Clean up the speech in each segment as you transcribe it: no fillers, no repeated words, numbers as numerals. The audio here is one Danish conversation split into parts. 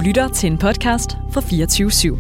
lytter til en podcast fra 24/7.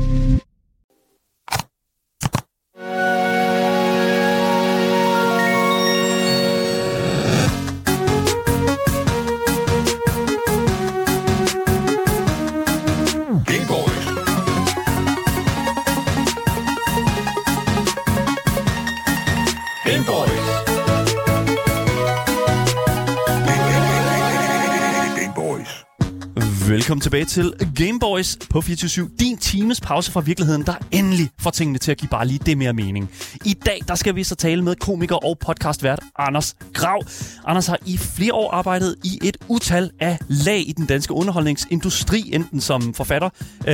Velkommen tilbage til Gameboys på 24/7. Din times pause fra virkeligheden, der endelig får tingene til at give bare lige det mere mening. I dag, der skal vi så tale med komiker og podcastvært Anders Grav. Anders har i flere år arbejdet i et utal af lag i den danske underholdningsindustri, enten som forfatter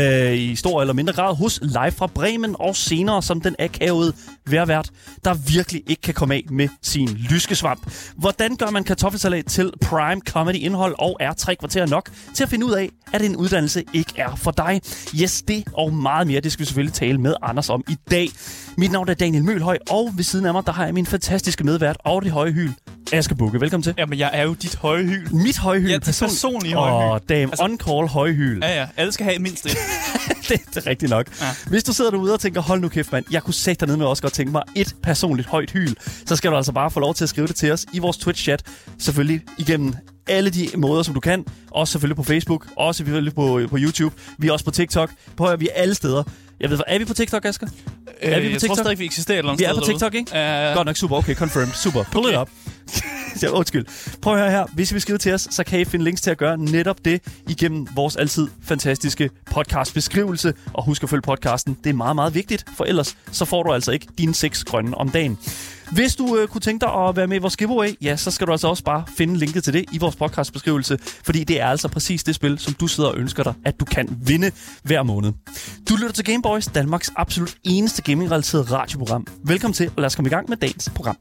i stor eller mindre grad hos Live fra Bremen, og senere som den akavede værvært, der virkelig ikke kan komme af med sin lyskesvamp. Hvordan gør man kartoffelsalat til prime comedy-indhold, og er 3 kvarter nok til at finde ud af, at en uddannelse ikke er for dig? Yes, det og meget mere, det skal vi selvfølgelig tale med Anders om i dag. Mit navn er Daniel Mølhøj, og ved siden af mig, der har jeg min fantastiske medvært og det høje hyl, Asger Bukke. Velkommen til. Jamen, jeg er jo dit høje hyl. Mit høje hyl? Ja, det personlige høje hyl. Og damn, altså, on-call høje hyl. Ja, alle skal have mindst det. det er rigtigt nok. Ja. Hvis du sidder derude og tænker, hold nu kæft, mand, jeg kunne sætte dig ned med også godt tænke mig et personligt højt hyl, så skal du altså bare få lov til at skrive det til os i vores Twitch-chat. Selvfølgelig igennem alle de måder, som du kan. Også selvfølgelig på Facebook, også selvfølgelig på YouTube. Vi er også på TikTok. Vi er alle steder. Jeg ved, er vi på TikTok, Asger? Er vi på TikTok? Jeg tror stadig, vi eksisterer et eller andet sted. Vi er på TikTok, ikke? Godt nok, super. Okay, confirmed. Super. Pull it up. Ja, undskyld. Prøv at høre her. Hvis I vil skrive til os, så kan I finde links til at gøre netop det igennem vores altid fantastiske podcastbeskrivelse. Og husk at følge podcasten. Det er meget, meget vigtigt, for ellers så får du altså ikke dine 6 grønne om dagen. Hvis du kunne tænke dig at være med i vores giveaway, ja, så skal du altså også bare finde linket til det i vores podcastbeskrivelse, fordi det er altså præcis det spil, som du sidder og ønsker dig, at du kan vinde hver måned. Du lytter til Gameboys, Danmarks absolut eneste gaming-relateret radioprogram. Velkommen til, og lad os komme i gang med dagens program.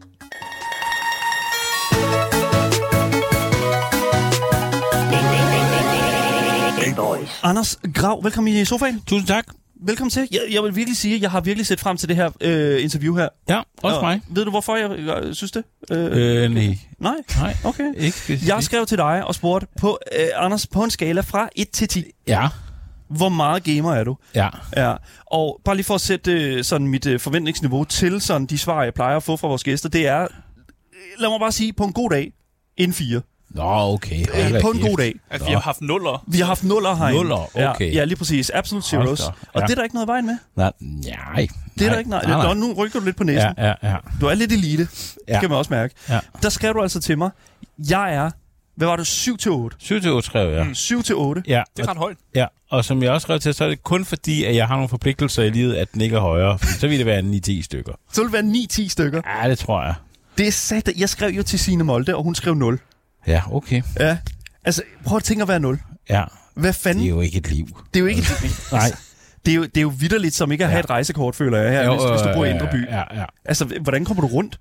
Anders Grav, velkommen i sofaen. Tusind tak. Velkommen til. Jeg vil virkelig sige, at jeg har virkelig set frem til det her interview her. Ja, også og mig. Ved du, hvorfor jeg synes det? Nej. Nej? Okay. Ikke. Jeg skrev til dig og spurgte på, Anders, på en skala fra 1 til 10. Ja. Hvor meget gamer er du? Ja. Og bare lige for at sætte sådan mit forventningsniveau til sådan de svar, jeg plejer at få fra vores gæster, det er, lad mig bare sige, på en god dag, en 4. Nå, okay. På en god dag. At vi har haft nuller. Vi har haft nuller herinde. Nuller, okay. Ja, lige præcis. Absolute zeros. Og det er der ikke noget i vejen med. Nej. Det er der ikke noget. Nå, nu rykker du lidt på næsen. Ja. Du er lidt elite. Det kan man også mærke. Ja. Der skrev du altså til mig, jeg er, hvad var det, 7-8? 7-8 skrev jeg. 7-8? Ja. Det er ret højt. Ja, og som jeg også skrev til, så er det kun fordi, at jeg har nogle forpligtelser i livet, at den ikke er højere. Så vil det være 9-10 stykker. Så vil det være 9-10 stykker? Ja, det tror jeg. Det er sat. Jeg skrev jo til Signe Molde, og hun skrev 0. Ja, okay. Ja, altså prøv at tænke at være 0. Ja. Hvad fanden? Det er jo ikke et liv. Det er jo ikke et liv. Nej. Det er jo vitterligt som ikke at have et rejsekort, føler jeg her, hvis du bor i Indre By. Ja. Altså, hvordan kommer du rundt?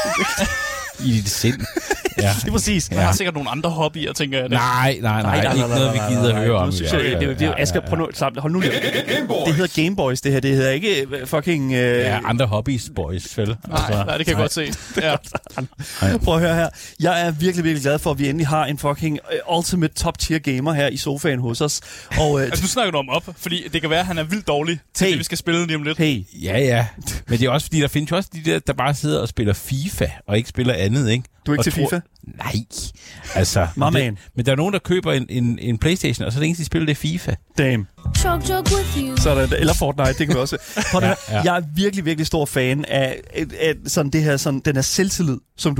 I dit sind. Ja. Det er præcis. Jeg har sikkert nogle andre hobbyer, tænker jeg. Nej. Ikke noget, vi gider at høre om. Det er Asger, prøv nu sammen. Hold nu lige. Det hedder Gameboys, det her. Det hedder ikke fucking... Ja, andre hobbies, boys, vel? Nej, det kan jeg godt se. Ja. Prøv at høre her. Jeg er virkelig, virkelig glad for, at vi endelig har en fucking ultimate top-tier gamer her i sofaen hos os. Og, altså, du snakker om op, fordi det kan være, at han er vildt dårlig til det, vi skal spille lige om lidt. Hey. Ja. Men det er også fordi, der findes jo også de der bare sidder og spiller FIFA, og ikke spiller andet, ikke? Du er ikke til FIFA? Nej. Altså, men der er nogen, der køber en PlayStation, og så er det eneste, de spiller, det er FIFA. Damn. Sådan, eller Fortnite, det kan vi også. Jeg er virkelig, virkelig stor fan af sådan det her, sådan, den her selvtillid, som du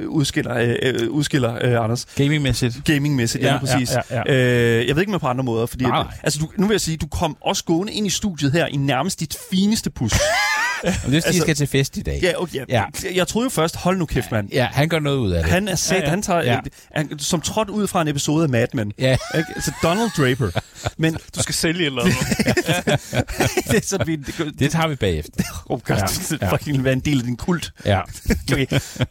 udskiller, Anders. Gamingmæssigt, ja, præcis. Ja. Jeg ved ikke med på andre måder, fordi nu vil jeg sige, du kom også gående ind i studiet her i nærmest dit fineste pus. Og det er, fordi skal til fest i dag. Ja, okay. Jeg troede jo først, hold nu kæft, mand. Ja, han gør noget ud af det. Han er sat, han tager, som trådt ud fra en episode af Mad Men. Ja. Altså Donald Draper. Men du skal sælge eller noget. Det er sådan, det tager vi bagefter. Det fucking være en del af din kult. Ja. Okay.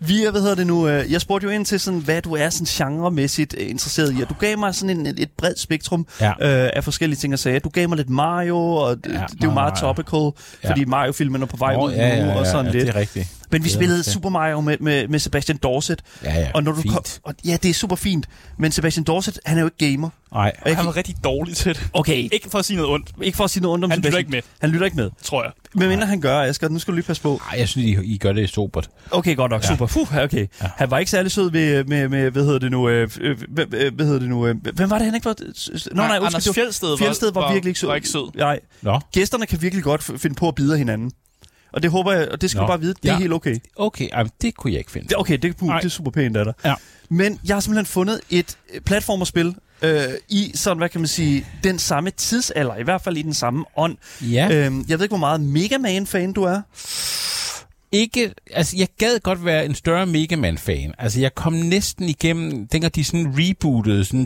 Jeg spurgte jo ind til sådan, hvad du er sådan genremæssigt interesseret i. Og du gav mig sådan et bredt spektrum af forskellige ting at sige. Du gav mig lidt Mario, og det er jo meget topical, fordi Mario-filmen er på vej ud nu, og sådan lidt. Det er rigtigt. Men vi spillede Super Mario med Sebastian Dorset. Ja, og når du det er super fint. Men Sebastian Dorset, han er jo ikke gamer. Nej. Han var rigtig dårlig til det. Okay. Ikke for at sige noget ondt. Ikke for at sige noget ondt om Han lytter Sebastian. ikke med. Han lytter ikke med. Tror jeg. Men mindre han gør, Asger, nu skal du lige passe på. Jeg synes, I gør det sobert. Okay, godt nok. Super. Okay. Ja. Han var ikke særlig sød med hvad hedder det nu? Hvad hedder det nu? Hvem var det, han ikke var? Nej, Anders Fjeldsted var virkelig ikke sød. Var ikke sød. Nej. Nå. Gæsterne kan virkelig godt finde på at bide hinanden. Og det håber jeg, og det skal du bare vide, det er helt okay. Okay, det kunne jeg ikke finde. Okay, det er super pænt af dig. Ja. Men jeg har simpelthen fundet et platformerspil i sådan, hvad kan man sige, den samme tidsalder, i hvert fald i den samme ånd. Ja. Jeg ved ikke, hvor meget Mega Man-fan du er. Ikke, altså jeg gad godt være en større Mega Man-fan. Altså jeg kom næsten igennem, dengang de sådan rebootede sådan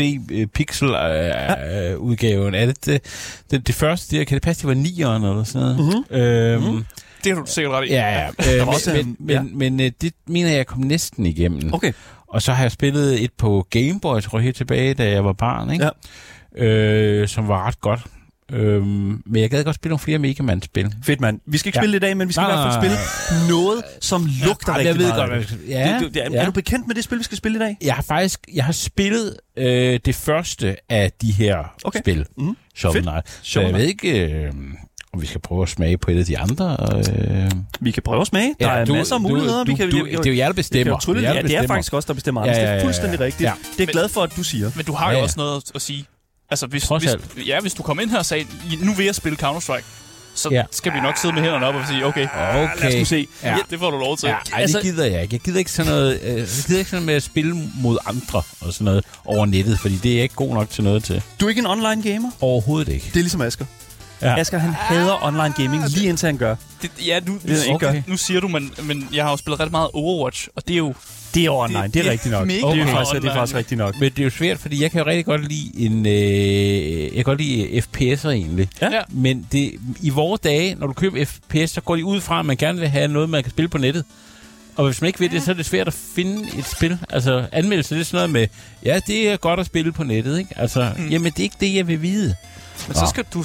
2D-pixel-udgaven af det første der. Kan det passe, det var 9'eren eller sådan noget? Det har du sikkert ret i. Ja. Men det mener jeg kom næsten igennem. Okay. Og så har jeg spillet et på Game Boy, tror jeg, helt tilbage, da jeg var barn, ikke? Ja. Som var ret godt. Men jeg gad godt spille nogle flere Mega Man-spil. Fedt, mand. Vi skal ikke spille det i dag, men vi skal i hvert fald spille noget, som lugter rigtig meget. Er du bekendt med det spil, vi skal spille i dag? Jeg har spillet det første af de her spil. Shovel Knight. Så jeg ved ikke... om vi skal prøve at smage på et af de andre. Vi kan prøve at smage. Der er masser af muligheder. Det er jo jer, der bestemmer. Det er faktisk også, der bestemmer. Det er fuldstændig rigtigt. Det er jeg glad for, at du siger. Men du har jo også noget at sige. Altså, hvis du kom ind her og sagde, nu vil jeg spille Counter-Strike, så skal vi nok sidde med hænderne op og sige, okay. Lad os se. Ja. Det får du lov til. Ja, det gider jeg ikke. Jeg gider ikke sådan noget, med at spille mod andre og sådan noget over nettet, fordi det er jeg ikke god nok til noget til. Du er ikke en online gamer? Overhovedet ikke. Det er ligesom Asger. Ja. Asger, han hader online gaming, lige indtil han gør. Nu siger du, men jeg har jo spillet ret meget Overwatch, og det er jo... Det er online, det er rigtigt nok. Det er faktisk rigtigt nok. Men det er jo svært, fordi jeg kan jo rigtig godt lide jeg kan godt lide FPS'er egentlig. Ja. Men i vore dage, når du køber FPS, så går de ud fra, at man gerne vil have noget, man kan spille på nettet. Og hvis man ikke vil det, så er det svært at finde et spil. Altså anmeldelse, det er sådan noget med, ja, det er godt at spille på nettet, ikke? Altså, jamen det er ikke det, jeg vil vide. Men så skal du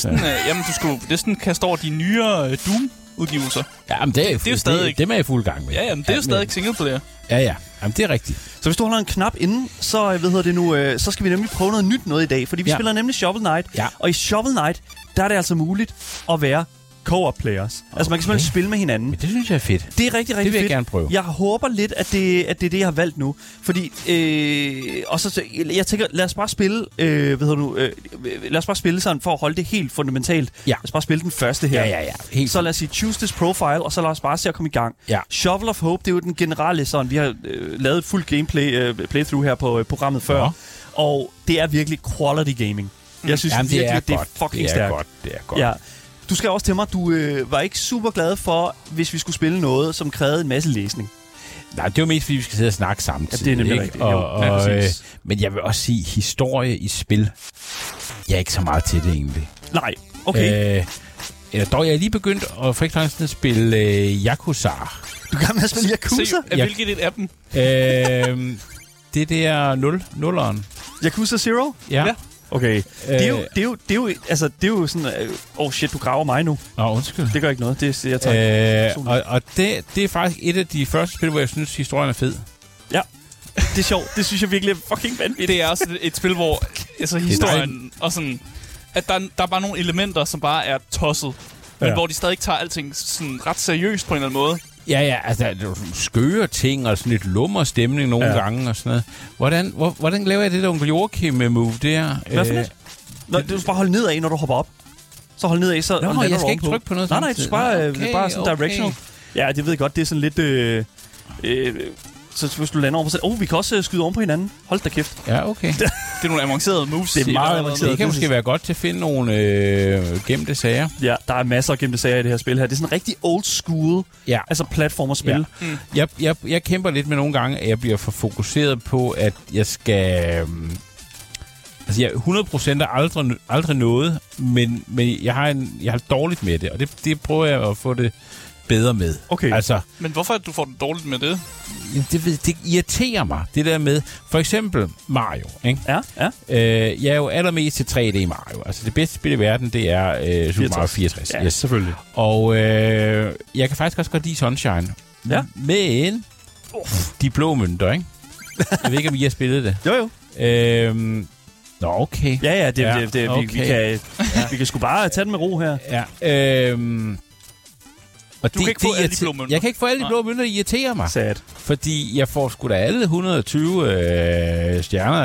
næsten kaste over de nyere Doom-udgivelser. Ja, men det er jo stadig... Det er i fuld gang med. Ja, men det er jo stadig singleplayer. Ja. Jamen, det er rigtigt. Så hvis du holder en knap inden, så så skal vi nemlig prøve noget nyt noget i dag. Fordi vi spiller nemlig Shovel Knight. Ja. Og i Shovel Knight, der er det altså muligt at være co-op players. Altså man kan simpelthen spille med hinanden. Men det synes jeg er fedt. Det er rigtig fedt. Det vil jeg gerne prøve. Jeg håber lidt, at det er det, jeg har valgt nu. Fordi, og så jeg tænker, lad os bare spille, lad os bare spille sådan, for at holde det helt fundamentalt. Ja. Lad os bare spille den første her. Ja. Helt så lad os sige, choose this profile, og så lad os bare se at komme i gang. Ja. Shovel of Hope, det er jo den generelle sådan, vi har lavet fuld gameplay playthrough her på programmet før. Ja. Og det er virkelig quality gaming. Jeg synes virkelig, det er fucking stærkt. Det er godt. Ja. Du skal også til mig, du var ikke super glad for, hvis vi skulle spille noget, som krævede en masse læsning. Nej, det var mest, fordi vi skal sidde og snakke samtidig. Ja, det er nemlig rigtigt. Men jeg vil også sige, historie i spil, jeg er ikke så meget til det egentlig. Nej, okay. Dog, jeg er lige begyndt at spille Yakuza. Du kan med at spille Yakuza? Hvilket et af dem? Det der 0'eren. Yakuza Zero? Ja. Okay. Det er jo sådan... shit, du graver mig nu. Undskyld. Det gør ikke noget. Det jeg tager. Og det er faktisk et af de første spil, hvor jeg synes, historien er fed. Ja. Det er sjovt. Det synes jeg virkelig er fucking vanvittigt. Det er også et spil, hvor altså, historien og sådan... At der er bare nogle elementer, som bare er tosset. Men hvor de stadig tager alting sådan ret seriøst på en eller anden måde. Ja, altså der er skøre ting og sådan lidt lummer stemning nogle gange og sådan noget. Hvordan laver jeg det der onkel Joachim-move der? Hvad for det? Du skal bare holde nedad, når du hopper op. Så hold nedad, så... Nå, jeg skal ikke trykke på noget. Nej, du skal bare sådan directional. Ja, det ved jeg godt. Det er sådan lidt... Så hvis du lander over på sig... vi kan også skyde oven på hinanden. Hold da kæft. Ja, okay. Det er nogle avancerede moves. Det er meget avanceret. Det kan måske være godt til at finde nogle gemte sager. Ja, der er masser af gemte sager i det her spil her. Det er sådan rigtig old school, altså platformerspil. Ja. Jeg kæmper lidt med nogle gange, at jeg bliver for fokuseret på, at jeg skal... Altså, jeg 100% er aldrig noget, men jeg har dårligt med det, og det prøver jeg at få det bedre med. Okay. Altså, men hvorfor du får det dårligt med det? Det irriterer mig, det der med, for eksempel Mario, ikke? Ja. Jeg er jo allermest til 3D Mario. Altså det bedste spil i verden, det er Super Mario 64. Ja, selvfølgelig. Og jeg kan faktisk også godt lide Sunshine. Ja. Men de blå mønter, ikke? Jeg ved ikke, om I har spillet det. Jo. Nå, okay. Ja, okay. vi kan sgu bare tage den med ro her. Ja. Og du kan ikke få alle de blå mønter. Jeg kan ikke få alle de blå mønter, det irriterer mig. Sad. Fordi jeg får sgu da alle 120 stjerner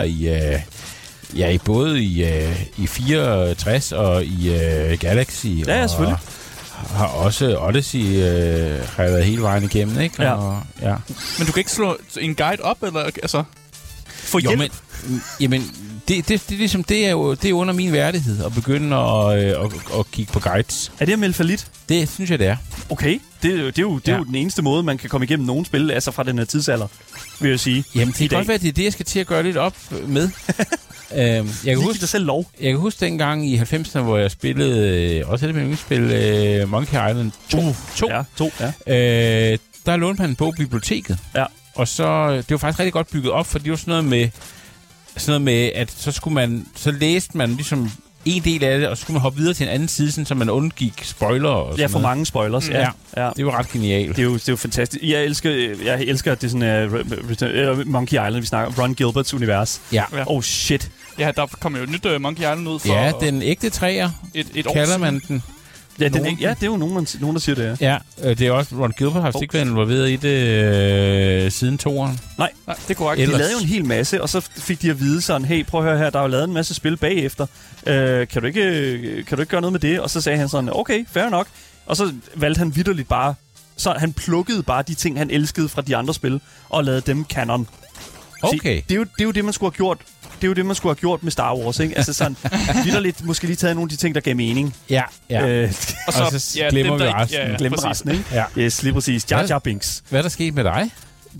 i både i 64 og i Galaxy. Ja, selvfølgelig. Har også Odyssey har været hele vejen igennem, ikke? Ja. Og, ja. Men du kan ikke slå en guide op, eller altså få hjælp? Jamen, det er jo under min værdighed at begynde at kigge på guides. Er det at melde fallit? Det synes jeg, det er. Okay, det er jo den eneste måde, man kan komme igennem nogle spil, altså fra den her tidsalder, vil jeg sige. Jamen, det kan godt være, det er det, jeg skal til at gøre lidt op med. Jeg kan huske dig selv lov. Jeg kan huske dengang i 90'erne, hvor jeg spillede, også det med mit spil, Monkey Island 2. Ja, 2, ja. Der lånte man en bog på biblioteket. Ja. Og så, det var faktisk rigtig godt bygget op, for det var sådan noget med, at så læste man ligesom en del af det, og så skulle man hoppe videre til en anden side, så man undgik spoiler og sådan for mange spoilers. Ja. Det var ret genialt. Det er jo fantastisk. Jeg elsker at det er sådan Monkey Island, vi snakker Ron Gilberts univers. Ja. Oh shit. Ja, der kommer jo et nyt Monkey Island ud for... Ja, den ægte træer, et kalder man den. Ja, det er jo nogen, der siger det. Ja, det er også... Ron Gilbert har ikke været involveret i det siden 2'eren. Nej, det er korrekt. De lavede jo en hel masse, og så fik de at vide sådan, hey, prøv at høre her, der er jo lavet en masse spil bagefter. Kan du ikke gøre noget med det? Og så sagde han sådan, okay, fair nok. Og så valgte han vitterligt bare... Så han plukkede bare de ting, han elskede fra de andre spil, og lavede dem canon. Okay. Det er jo det, man skulle have gjort. Det er jo det, man skulle have gjort med Star Wars, ikke? Altså sådan, vitterligt måske lige taget nogle af de ting, der gav mening. Ja. Og så glemmer vi resten. Ja, glemmer resten, ikke? Ja. Yes, lige præcis. Jar Jar Binks. Hvad er der sket med dig?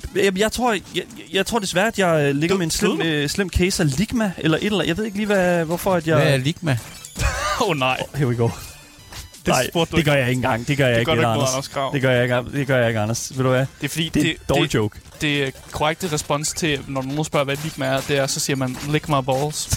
Jeg tror desværre, at jeg ligger med en slem case af ligma, eller et eller andet. Jeg ved ikke lige, hvorfor at jeg... Hvad er ligma? Nej. Here we go. Nej, det gør jeg ikke engang. Det gør jeg ikke, Anders. Det gør jeg ikke, Anders. Ved du hvad? Det er fordi, det er en dårlig joke. Det er korrekte respons til, når nogen spørger, hvad ligma er, det er, så siger man, lick my balls.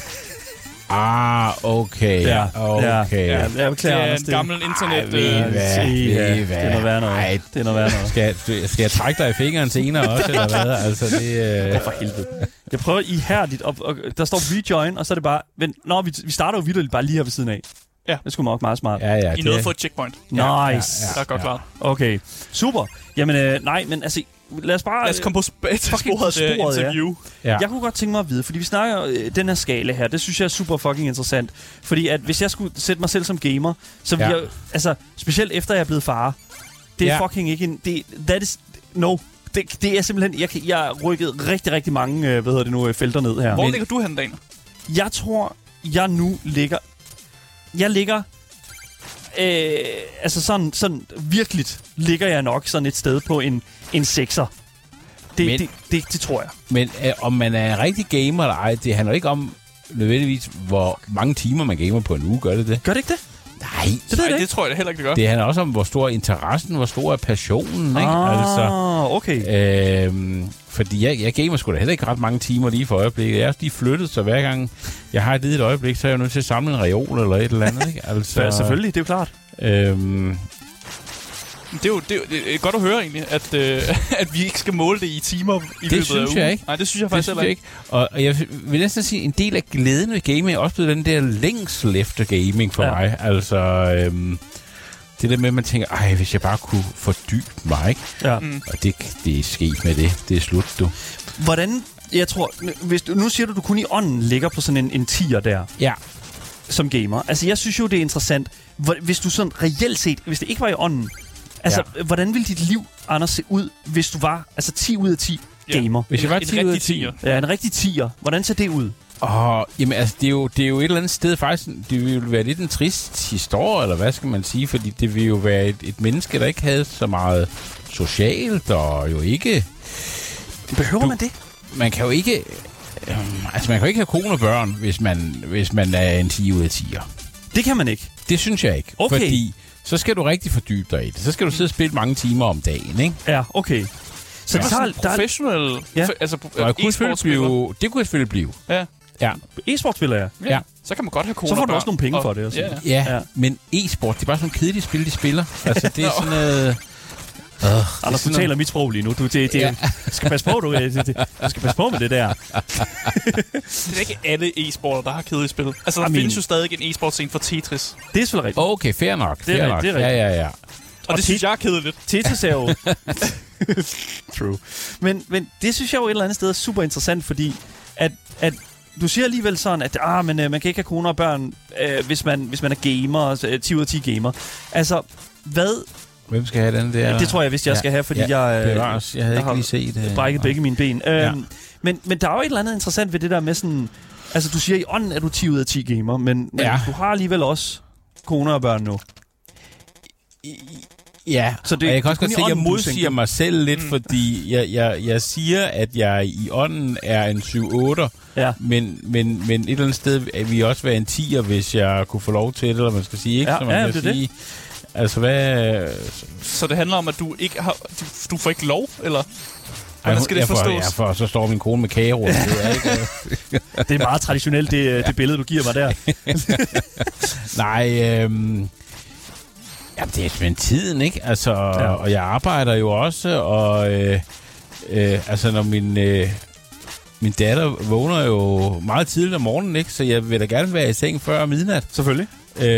Okay. Ja, okay. Ja, jeg beklager, det er Anders. en gammel internet... Det er noget værd noget. Det er noget værd noget. Skal jeg trække dig i fingeren senere også, eller hvad? Altså, det... For helvede. Jeg prøver ihærdigt, og der står rejoin, og så er det bare... vi starter jo vitterligt bare lige her ved siden af. Ja. Det skulle nok meget smart. Ja, I nåede at få et checkpoint. Nice. Ja. Der er godt klart. Okay, super. Jamen, nej, men altså... Lad os komme på sporet interview. Ja. Jeg kunne godt tænke mig at vide, fordi vi snakker den her skala her, det synes jeg er super fucking interessant. Fordi at hvis jeg skulle sætte mig selv som gamer, så vil jeg... Altså, specielt efter jeg er blevet far, det er fucking ikke en... Det er simpelthen... Jeg har rykket rigtig, rigtig mange felter ned her. Hvor ligger du henne, Daniel? Jeg tror, jeg nu ligger... Jeg ligger... altså sådan virkeligt ligger jeg nok sådan et sted på en 6'er. Det tror jeg. Men om man er en rigtig gamer eller ej, det handler ikke om nødvendigvis, hvor mange timer man gamer på en uge. Gør det det? Gør det ikke det? Nej, det tror jeg da heller ikke, det gør. Det handler også om, hvor stor er interessen, hvor stor er passionen. Ikke? Okay. Fordi jeg gamer sgu da heller ikke ret mange timer lige for øjeblikket. Jeg er også lige flyttet, så hver gang jeg har et øjeblik, så er jeg nødt til at samle en reol eller et eller andet. Ikke? Altså, ja, selvfølgelig, det er jo klart. Det er godt at høre egentlig, at vi ikke skal måle det i timer i løbet af ugen. Det synes jeg ikke. Nej, det synes jeg faktisk heller ikke. Og jeg vil næsten sige, en del af glæden ved gaming er også blevet den der længsel efter gaming for mig. Altså, det der med, at man tænker, hvis jeg bare kunne fordybe mig, ikke? Ja. Og det er sket med det. Det er slut, du. Hvordan, jeg tror, nu siger du kun i ånden ligger på sådan en 10'er der. Ja. Som gamer. Altså, jeg synes jo, det er interessant, hvis du sådan reelt set, hvis det ikke var i ånden, altså, hvordan ville dit liv, Anders, se ud, hvis du var 10 ud af 10 gamer? Hvis jeg var 10 ud af 10? Ja, en rigtig 10'er. Hvordan ser det ud? Jamen, altså, det er jo et eller andet sted faktisk, det vil være lidt en trist historie, eller hvad skal man sige, fordi det vil jo være et menneske, der ikke havde så meget socialt, og jo ikke... Behøver man det? Man kan jo ikke... man kan jo ikke have kone og børn, hvis man er en 10 ud af 10'er. Det kan man ikke? Det synes jeg ikke. Okay. Fordi så skal du rigtig fordybe dig i det. Så skal du sidde og spille mange timer om dagen, ikke? Ja, okay. Så det er professionel... Ja. Altså, e-sportspiller. Det kunne jeg selvfølgelig blive. Ja. E-sportspiller, ja. Så kan man godt have kone. Så får du også nogle penge for det. Ja, men e-sport, det er bare sådan nogle kedelige spil, de spiller. Altså, det er sådan noget... Anders, du taler mit sprog lige nu. Du skal passe på, du skal passe på med det der. Det er ikke alle e-sporter, der har kedelige spil. Altså, der findes jo stadig en e-sport-scene for Tetris. Det er selvfølgelig rigtigt. Okay, fair nok. Det er rigtigt. Ja. Og det synes jeg er kedeligt. Tetris er jo... True. Men det synes jeg jo et eller andet sted er super interessant, fordi at du siger alligevel sådan, at man kan ikke have koner og børn, hvis man er gamer, 10 ud af 10 gamer. Altså, Hvem skal have den der? Det tror jeg, hvis jeg skal have, fordi jeg havde ikke lige set brækket begge mine ben. Men der er jo et eller andet interessant ved det der med sådan... Altså, du siger, i ånden er du 10 ud af 10 gamer, men du har alligevel også koner og børn nu. Ja, så det, og jeg kan også godt se, at jeg modsiger mig selv lidt, fordi jeg siger, at jeg i ånden er en 7-8, men et eller andet sted vil vi også være en 10'er, hvis jeg kunne få lov til det, eller man skal sige, ikke? Som man kan sige. Det. Altså, hvad... Så det handler om, at du ikke har... Du får ikke lov, eller... Hvordan skal det forstås? For så står min kone med kagerulle. Det er meget traditionelt, det billede, du giver mig der. Nej, jamen, det er simpelthen tiden, ikke? Altså, og jeg arbejder jo også, og altså, når min datter vågner jo meget tidligt om morgenen, ikke? Så jeg vil da gerne være i seng før midnat. Selvfølgelig.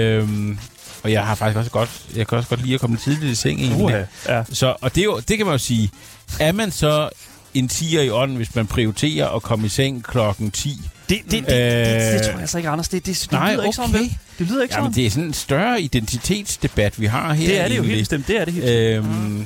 Og jeg har faktisk også jeg kan også godt lide at komme tidligt i seng egentlig. Så, og det kan man jo sige, er man så en 10'er i ånden, hvis man prioriterer at komme i seng klokken 10? Det tror jeg altså ikke, Anders. Det lyder ikke sådan, vel? Det lyder ikke sådan. Det er sådan en større identitetsdebat, vi har her. Det er det jo helt bestemt. Det er det helt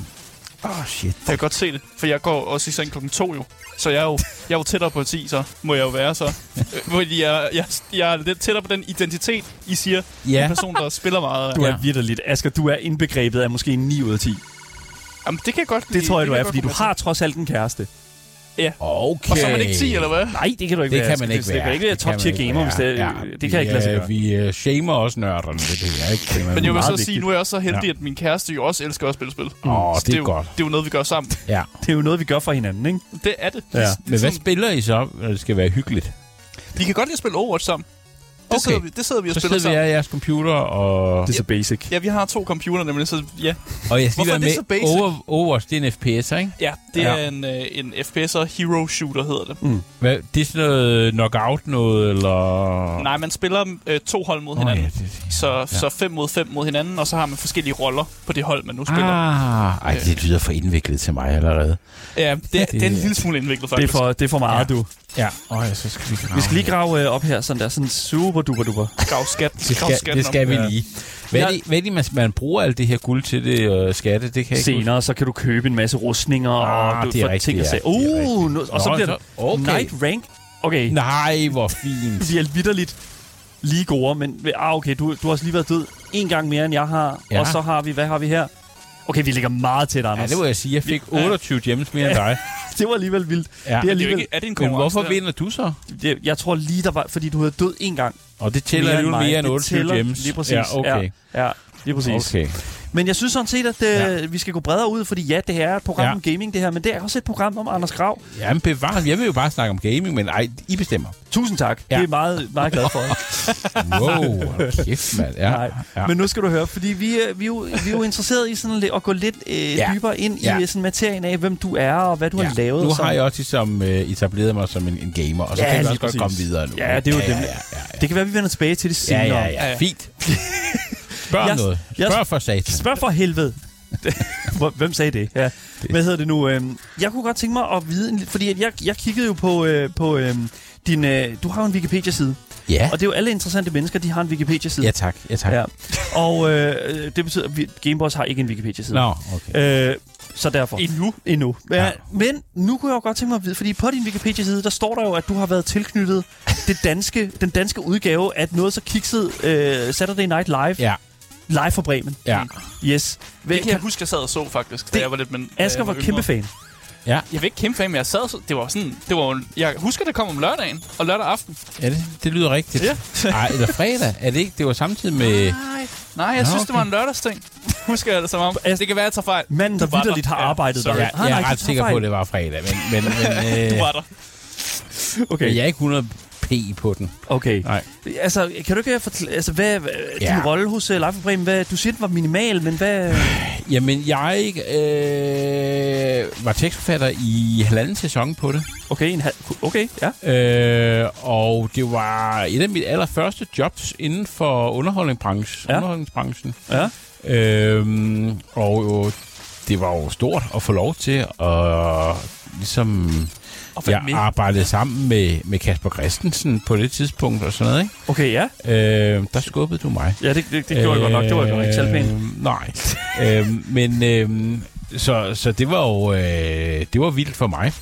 shit. Jeg kan godt se det, for jeg går også i seng klokken 2 jo. Så jeg er jo tættere på 10, så må jeg jo være så. Fordi jeg er lidt tættere på den identitet, I siger, en person, der spiller meget. Du er vitterligt. Asger, du er indbegrebet af måske en 9 ud af 10. Jamen, det kan jeg godt lide. Det tror jeg, du er, fordi du har trods alt en kæreste. Ja. Okay. Og så er man ikke 10, eller hvad? Nej, det kan du ikke være. Det kan man ikke være. Det kan ikke være top-tier gamer, hvis det kan jeg ikke lade sig gøre. Vi shamer også nørderne ved det her, ikke? Men jeg vil så sige, nu er jeg også så heldig, at min kæreste jo også elsker at spille spil. Det er godt. Det er jo noget, vi gør sammen. Ja. Det er jo noget, vi gør for hinanden, ikke? Det er det. Ja. Men hvad spiller I så, når det skal være hyggeligt? Vi kan godt lide at spille Overwatch sammen. Det sidder vi og spiller sammen. Så sidder vi jeres computer, og... Det er så basic. Ja, vi har 2 computer nemlig, så ja. Og jeg skal være med Overwatch, det er en FPS'er, ikke? Ja, det er en FPS'er hero shooter, hedder det. Hvad, det er sådan noget knockout noget, eller... Nej, man spiller 2 hold mod hinanden. Så 5 mod 5 mod hinanden, og så har man forskellige roller på det hold, man nu spiller. Det lyder for indviklet til mig allerede. Ja, det er en lille smule indviklet, faktisk. Det er for meget, du. Ja. Så skal vi grave. Vi skal lige grave op her, sådan super duper. Grav skat. Det skal vi lige. Hvad er det, man bruger alt det her guld til det og skatte? Det kan senere, så kan du købe en masse rustninger og det er rigtigt, og så bliver det Night Rank. Okay. Nej, hvor fint. Vi er vitterligt lige gode, men okay, du har også lige været død en gang mere, end jeg har. Ja. Og så har vi, hvad har vi her? Okay, vi ligger meget tæt, Anders. Ja, det må jeg sige. Jeg fik 28 gems mere end dig. Det var alligevel vildt. Ja. Det er alligevel... Er det en konkurrence? Men hvorfor vinder du så? Jeg tror lige, der var... Fordi du havde død en gang. Og det tæller jo mere end 28 gems. Lige præcis. Ja, okay. Ja, lige præcis. Okay. Men jeg synes sådan set, at vi skal gå bredere ud, fordi det er et program om gaming, det her, men det er også et program om Anders Grav. Jamen bevares, jeg vil jo bare snakke om gaming, men I bestemmer. Tusind tak. Ja. Det er meget, meget glad for. Wow, kæft, mand. Ja. Men nu skal du høre, fordi vi er jo interesseret i sådan at gå lidt dybere ind i sådan materien af, hvem du er og hvad du har lavet. Nu har jeg også ligesom etableret mig som en gamer, og så kan jeg også godt komme videre nu. Ja, det er jo det. Det kan være, vi vender tilbage til det senere. Ja. Fint. Spørg noget. Spørg for satan. Spørg for helvede. Hvem sagde det? Ja. Hvad hedder det nu? Jeg kunne godt tænke mig at vide, fordi jeg kiggede jo på din... du har jo en Wikipedia-side. Ja. Og det er jo alle interessante mennesker, de har en Wikipedia-side. Ja, tak. Ja. Og det betyder, at Gameboys har ikke en Wikipedia-side. Nå, okay. Så derfor. Endnu. Ja. Men nu kunne jeg jo godt tænke mig at vide, fordi på din Wikipedia-side, der står der jo, at du har været tilknyttet den danske udgave af noget så kikset Saturday Night Live. Ja. Live fra Bremen. Ja. Yes. Det kan jeg huske, jeg sad og så faktisk, da jeg var lidt... Asger var kæmpe fan. Ja. Jeg var ikke kæmpe fan, men jeg sad så... Jeg husker, det kom om lørdagen og lørdag aften. Ja, det lyder rigtigt. Ja. Eller fredag. Er det ikke? Det var samtidig med... Nej, jeg synes, det var en lørdagsting. Husker jeg det som om. Det kan være, jeg tager fejl. Manden, der vitterligt har arbejdet der. Jeg er ret sikker på, at det var fredag, men du var der. Okay. Men jeg er ikke 100% på den. Okay. Nej. Altså, kan du ikke fortælle, altså, hvad din rolle hos Live for Bremen, du siger, den var minimal, men hvad... Jamen, jeg var tekstforfatter i 1,5 sæson på det. Okay, ja. Og det var et af mine allerførste jobs inden for underholdningsbranchen. Ja. Og det var jo stort at få lov til at ligesom... Jeg arbejdede sammen med Kasper Christensen på det tidspunkt og sådan noget, ikke? Okay, ja. Der skubbede du mig. Ja, det gjorde jeg godt nok. Det var jo ikke selv pænt. Nej. Så det var jo det var vildt for mig.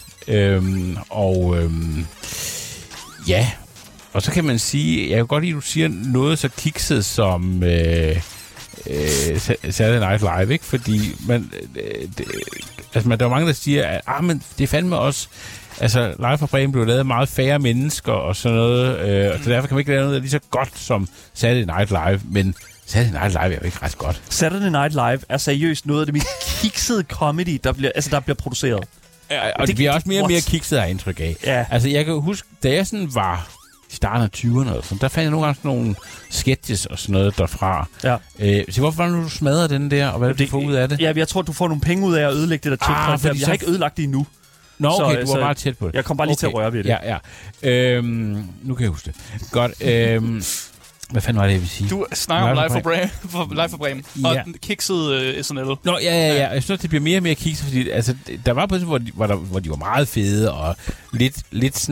Ja. Og så kan man sige, jeg kan godt lide, at du siger noget så kikset som Saturday Night Live, ikke? Fordi der er mange, der siger, at men det er fandme også... Altså, Live for Bremen blev lavet meget færre mennesker og sådan noget, og så derfor kan man ikke lave noget lige så godt som Saturday Night Live, men Saturday Night Live er jo ikke ret godt. Saturday Night Live er seriøst noget af det mest kiksede comedy, der bliver produceret. Ja, og det bliver også mere og mere kikset af indtryk af. Ja. Altså, jeg kan huske, da jeg sådan var i starten af 20'erne, og sådan, der fandt jeg nogle gange sådan nogle sketches og sådan noget derfra. Ja. Så hvorfor var det nu, du smadrer den der, og hvad du får ud af det? Ja, jeg tror, du får nogle penge ud af at ødelægge det der TikTok, fordi jeg har ikke ødelagt det endnu. Nå, okay, du var meget tæt på det. Jeg kom bare lige til at røre ved det. Ja. Nu kan jeg huske det. Godt. Hvad fanden var det, jeg ville sige? Du snakker om Live for Bremen og den kiksede SNL. Nå, ja. Jeg synes, det bliver mere og mere kikset, fordi altså, der var på det, hvor de var meget fede, og lidt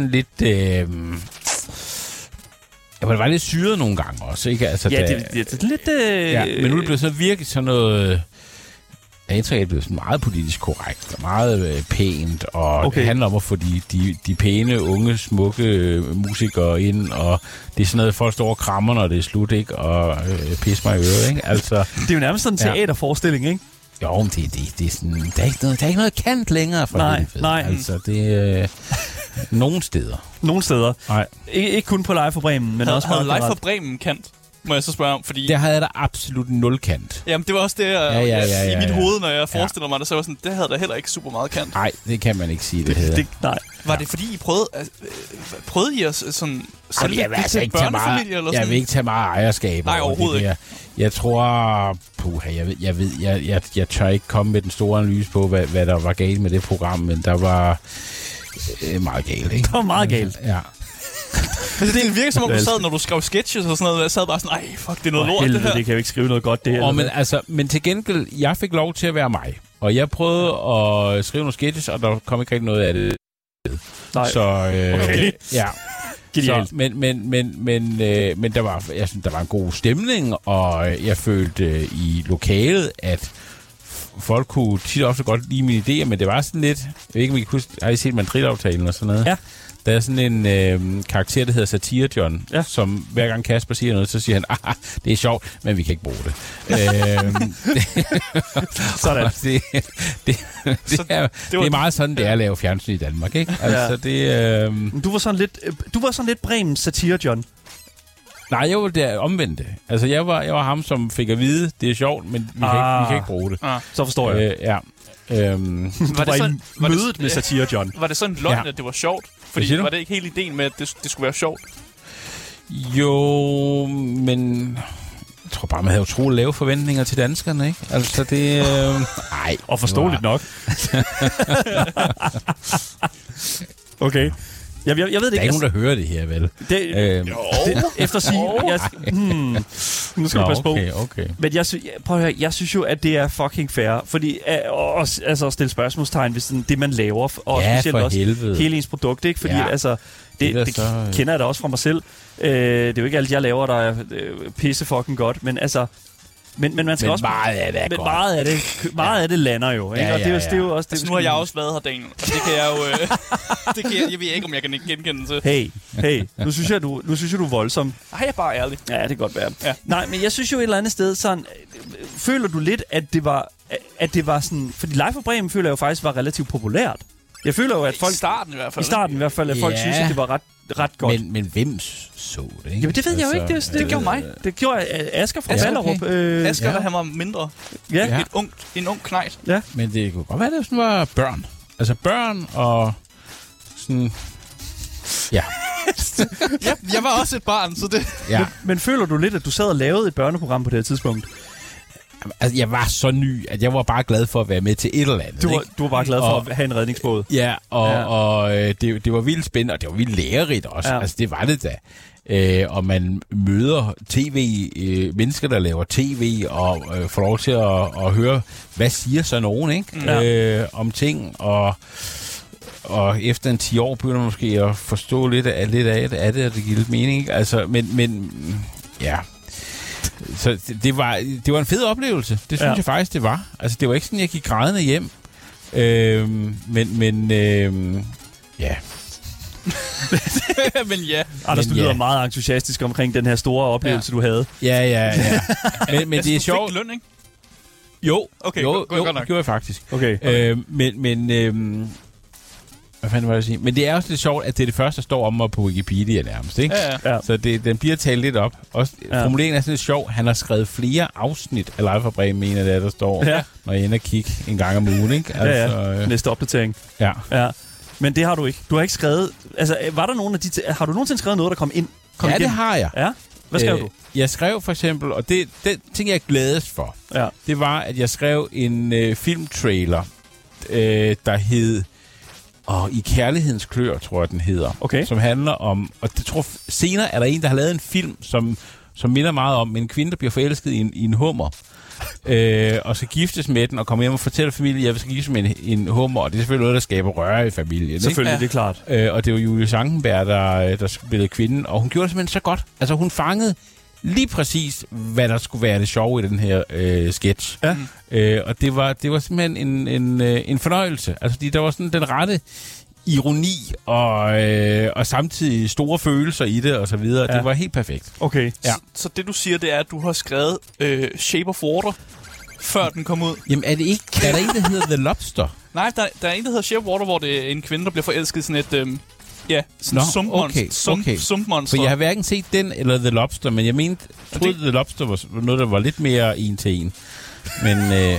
det var lidt syret nogle gange også, ikke? Altså, ja, det er lidt... Ja, men nu er det blevet så virkelig sådan noget... Jeg indtryk, at det bliver sådan meget politisk korrekt og meget pænt, og det handler om at få de pæne, unge, smukke musikere ind, og det er sådan noget, folk står og krammer, når det er slut, ikke? Og pisse mig i øret, ikke? Altså, det er jo nærmest sådan en teaterforestilling, ikke? Jo, men det er sådan... Der er ikke noget kant længere for helvede. Nej. Altså, det er... Nogle steder. Nogle steder. Nej. Ikke kun på Live for Bremen, men også meget Live for Bremen kant. Må jeg så spørge om, fordi... Der havde jeg da absolut 0 kant. Jamen, det var også det, i mit hoved, når jeg forestiller mig det, så var sådan, det havde der heller ikke super meget kant. Nej, det kan man ikke sige, det hedder. Nej. Var det fordi, I prøvede I at sådan... Jeg vil ikke tage meget ejerskab. Nej, overhovedet ikke. Jeg tror... Jeg tør ikke komme med den store analyse på, hvad der var galt med det program, men der var meget galt, ikke? Det var meget galt. Ja. Altså, det virker som om, du sad, når du skrev sketches og sådan noget, jeg sad bare sådan, fuck, det er noget lort, helvede, det her. Det kan jo ikke skrive noget godt, det her. Men til gengæld, jeg fik lov til at være mig. Og jeg prøvede at skrive nogle sketches, og der kom ikke rigtig noget af det. Nej. Så, okay. Ja. Genialt. Så, men jeg synes, der var en god stemning, og jeg følte i lokalet, at folk kunne tit og ofte godt lide mine idéer, men det var sådan lidt... Jeg ved ikke, om I kan huske... Har I set Madrid-aftalen og sådan noget? Ja. Der er sådan en karakter, der hedder Satire John, som hver gang Kasper siger noget, så siger han, det er sjovt, men vi kan ikke bruge det. Sådan. Det er meget sådan, det er at lave fjernsyn i Danmark, ikke? Altså, Du var sådan lidt Bremens Satire John. Nej, jeg var der omvendte. Altså, jeg var ham, som fik at vide, det er sjovt, men vi kan ikke bruge det. Så forstår jeg. Ja. Var det sådan mødet med Satire John? Var det sådan løgn, at det var sjovt? Fordi var det ikke hele ideen med, at det skulle være sjovt? Jo, men... Jeg tror bare, man havde utroligt lave forventninger til danskerne, ikke? Altså, det... Ej, og forståeligt nok. Okay. Jeg ved det ikke. Der er ikke nogen, der hører det her, vel? Efter sige... Nu skal du passe på. Okay. Men prøv at høre, jeg synes jo, at det er fucking fair. Fordi at stille spørgsmålstegn ved sådan, det, man laver. Og specielt også helvede. Hele ens produkt, ikke? Fordi det kender jeg da også fra mig selv. Det er jo ikke alt, jeg laver, der er pisse fucking godt. Men altså... Men man skal også... meget af det er godt. Meget af det lander jo, ikke? Og det er jo også... Altså, nu har jeg også været her, Daniel. Og det kan jeg jo... jeg ved ikke, om jeg kan genkende til. Hey. Nu synes jeg, du er voldsom. Nej, jeg er bare ærlig. Ja, det kan godt være. Ja. Nej, men jeg synes jo et eller andet sted sådan... Føler du lidt, at det var sådan... Fordi Live for Bremen føler jeg jo faktisk var relativt populært. Jeg føler jo, at folk... I starten i hvert fald. At folk synes, at det var ret godt. Men hvem så det, ikke? Jamen, det ved jeg jo ikke. Det gjorde mig. Det gjorde Asger fra Ballerup. Asger, da han var mindre. Ja. En ung knejt. Ja. Men det kunne godt være, at det sådan var børn. Altså børn og sådan... Ja. Jeg var også et barn, så det... Ja. Men føler du lidt, at du sad og lavede et børneprogram på det her tidspunkt? Altså, jeg var så ny, at jeg var bare glad for at være med til et eller andet. Du var bare glad for at have en redningsbåd? Ja, og det var vildt spændende, og det var vildt lærerigt også. Ja. Altså, det var det da. Og man møder mennesker, der laver tv, og får lov til at høre, hvad siger så nogen, ikke? Om ting, og efter en 10 år begynder man måske at forstå lidt af det, og det giver lidt mening, ikke? Altså, men ja... Så det var en fed oplevelse. Det synes jeg faktisk, det var. Altså, det var ikke sådan, jeg gik grædende hjem. Men ja. Men ja. Anders, du lyder meget entusiastisk omkring den her store oplevelse, du havde. Ja. Men det er sjovt. Du fik løn, ikke? Jo. Okay, jo, godt det gjorde jeg faktisk. Okay. Men hvad fanden var det at sige? Men det er også lidt sjovt, at det er det første, der står om mig på Wikipedia nærmest, ikke? Ja. Så den bliver talt lidt op. Også, formuleringen er sådan lidt sjov. Han har skrevet flere afsnit af Live fra Bremen, en af det, der står, når jeg ender og kigge en gang om ugen, ikke? Altså, næste opdatering. Ja. Men det har du ikke. Du har ikke skrevet... Altså, var der nogen af de... Har du nogensinde skrevet noget, der kom ind? Det har jeg. Ja? Hvad skrev du? Jeg skrev for eksempel, og det ting, jeg glædes for, det var, at jeg skrev en filmtrailer, der hed... Og I Kærlighedens Klør, tror jeg, den hedder. Som handler om... Og det tror senere er der en, der har lavet en film, som minder meget om en kvinde, der bliver forelsket i en hummer. Og så giftes med den, og kommer hjem og fortæller familien, at jeg skal giftes med en hummer. Og det er selvfølgelig noget, der skaber røre i familien. Selvfølgelig, det er klart. Og det var Julie Sankenberg, der spillede kvinden. Og hun gjorde det simpelthen så godt. Altså, hun fangede lige præcis, hvad der skulle være det sjove i den her sketch. Ja. Og det var simpelthen en fornøjelse. Altså, der var sådan den rette ironi og samtidig store følelser i det og så videre. Det var helt perfekt. Okay. Ja. Så det, du siger, det er, at du har skrevet Shape of Water, før den kom ud? Jamen, er der en, der hedder The Lobster? Nej, der er en, der hedder Shape of Water, hvor det er en kvinde, der bliver forelsket i sådan et... sumpmonster. For jeg har hverken set den eller The Lobster, men jeg troede, The Lobster var noget, der var lidt mere en til en. Men...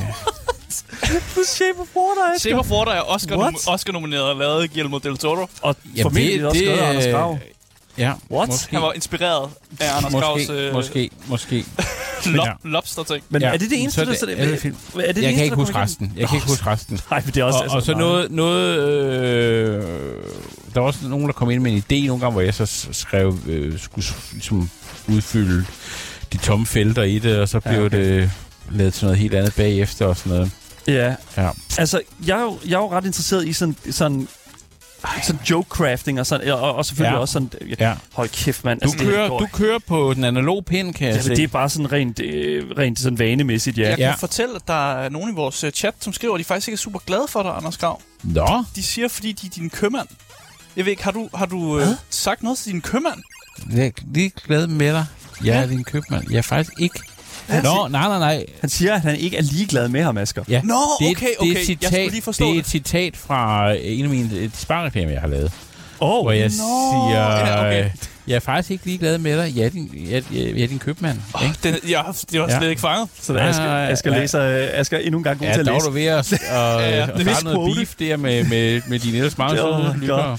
Shape of Water, Shape of Water er Oscar-nomineret og lavet af Guillermo del Toro. Og formentlig også skrevet af Anders Grav. Ja, What? Han var inspireret af Anders Gravs... Måske. Lobster-ting. Men er det eneste, der... Jeg kan ikke huske resten. Nej, men det er også... Og så noget... Der var også nogen, der kom ind med en idé nogle gange, hvor jeg så skrev, skulle ligesom udfylde de tomme felter i det, og så blev det lavet til noget helt andet bagefter og sådan noget. Ja. Altså, jeg er jo ret interesseret i sådan joke-crafting og sådan, og selvfølgelig også sådan... Hold kæft, mand. Du kører på den analoge pind, kan jeg se. Det er bare sådan rent sådan vanemæssigt, Jeg kan fortælle, at der er nogen i vores chat, som skriver, at de faktisk ikke er super glade for dig, Anders Grav. Nå? De siger, fordi de er din købmand. Jeg ved ikke, har du sagt noget til din købmand? Jeg er lige glad med dig. Jeg er din købmand. Jeg er faktisk ikke... Nej. Han siger, at han ikke er ligeglad med ham, Asger. Ja. Nå, okay. Jeg skulle lige forstå det. Det er et citat fra en af mine sparreklamer, jeg har lavet. Hvor jeg siger, jeg er faktisk ikke ligeglad med dig. Jeg er din købmand. Det var slet ikke fanget. Så Asger endnu en gang god til at læse. Ja, der var du ved at starte noget beef der med dine ellers meget søde lyttere.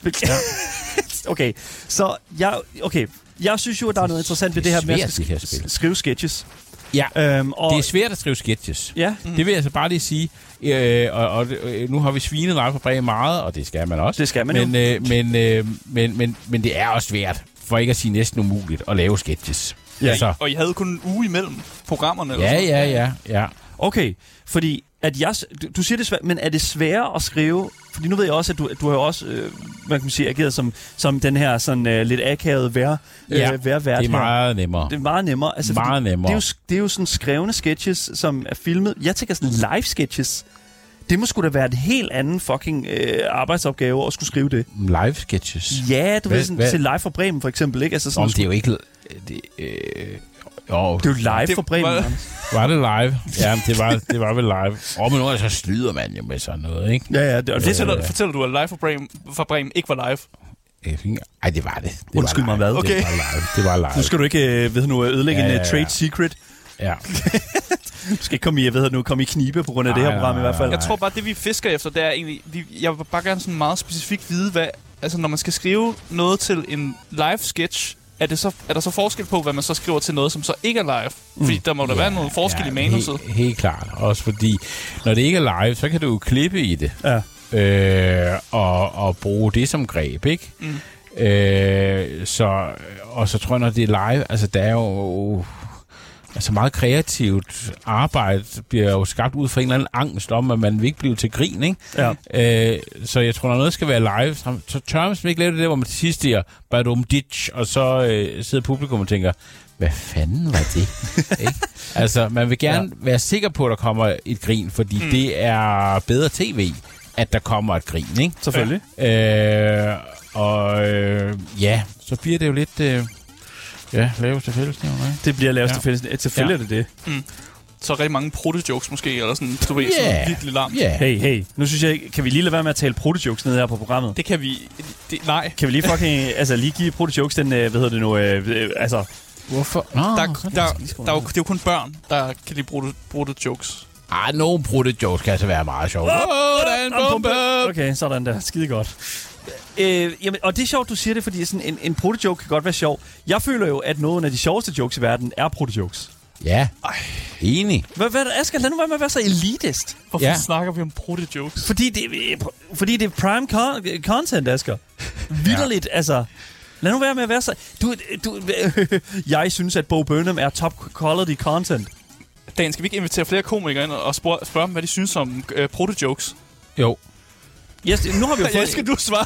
Okay, så jeg synes jo, at der er noget interessant ved det her med at skrive sketches. Ja, det er svært at skrive sketches. Ja. Det vil jeg så bare lige sige. Og nu har vi svinet Live fra Bremen meget, og det skal man også. Det skal man jo. Men det er også svært, for ikke at sige næsten umuligt, at lave sketches. Ja, altså. Og I havde kun en uge imellem programmerne? Ja. Okay, fordi du siger det svært, men er det sværere at skrive? Fordi nu ved jeg også, at du har jo også, man kan sige, ageret som den her sådan lidt akavet værvært. Det er meget nemmere. Det er meget nemmere. Altså, meget nemmere. Det er jo sådan skrevne sketches, som er filmet. Jeg tænker sådan live sketches. Det må sgu da være en helt anden fucking arbejdsopgave at skulle skrive det. Live sketches? Ja, du ved sådan til Live fra Bremen for eksempel, ikke? Altså sådan det er jo ikke... det er jo live for Bremen. Var det live? Ja, det var vel live. Men nu så slyder man jo med sådan noget, ikke? Ja. Fortæller du, at Live for Bremen ikke var live? Ej, det var det. Undskyld mig, hvad? Okay. Det var live. Nu skal du ikke ødelægge en trade secret. Ja. Du skal ikke komme i knibe på grund af det her program i hvert fald. Jeg tror bare, det vi fisker efter, det er egentlig... Jeg vil bare gerne sådan meget specifikt vide, altså når man skal skrive noget til en live sketch, er der så forskel på, hvad man så skriver til noget, som så ikke er live? Fordi der må der være noget forskel i manuset. Helt klart. Også fordi, når det ikke er live, så kan du jo klippe i det. Ja. Og bruge det som greb, ikke? Og så tror jeg, når det er live, altså der er jo... Altså meget kreativt arbejde bliver jo skabt ud fra en eller anden angst om, at man vil ikke blive til grin, ikke? Ja. Så jeg tror, når noget skal være live, så tør man ikke lave det der, hvor man til sidst siger, badum ditch, og så sidder publikum og tænker, hvad fanden var det? Ikke? Altså, man vil gerne være sikker på, at der kommer et grin, fordi det er bedre tv, at der kommer et grin, ikke? Selvfølgelig. Så bliver det jo lidt... laveste fællesnævner, ikke? Det bliver laveste fællesnævner. Selvfølgelig er det det. Så rigtig mange proto-jokes måske, eller sådan, du ved, sådan virkelig larm. Hey. Nu synes jeg, kan vi lige lade være med at tale proto-jokes ned her på programmet? Det kan vi... nej. Kan vi lige fucking... lige give proto-jokes den... hvad hedder det nu? Hvorfor? Det er jo kun børn, der kan lide proto-jokes. Nogle proto-jokes kan altså være meget sjovt. Okay, sådan der. Skide godt. Jamen, og det er sjovt, du siger det, fordi sådan en proto-joke kan godt være sjov. Jeg føler jo, at nogle af de sjoveste jokes i verden er proto-jokes. Ja, enig. Asger, lad nu være med at være så elitist. Hvorfor snakker vi om proto-jokes? Fordi det er prime content, Asger. Vitterligt, altså. Lad nu være med at være så... Jeg synes, at Bo Burnham er top quality content. Dan, skal vi ikke invitere flere komikere ind og spørge dem, hvad de synes om proto-jokes? Jo. Yes, nu har vi jo fået... skal du svare.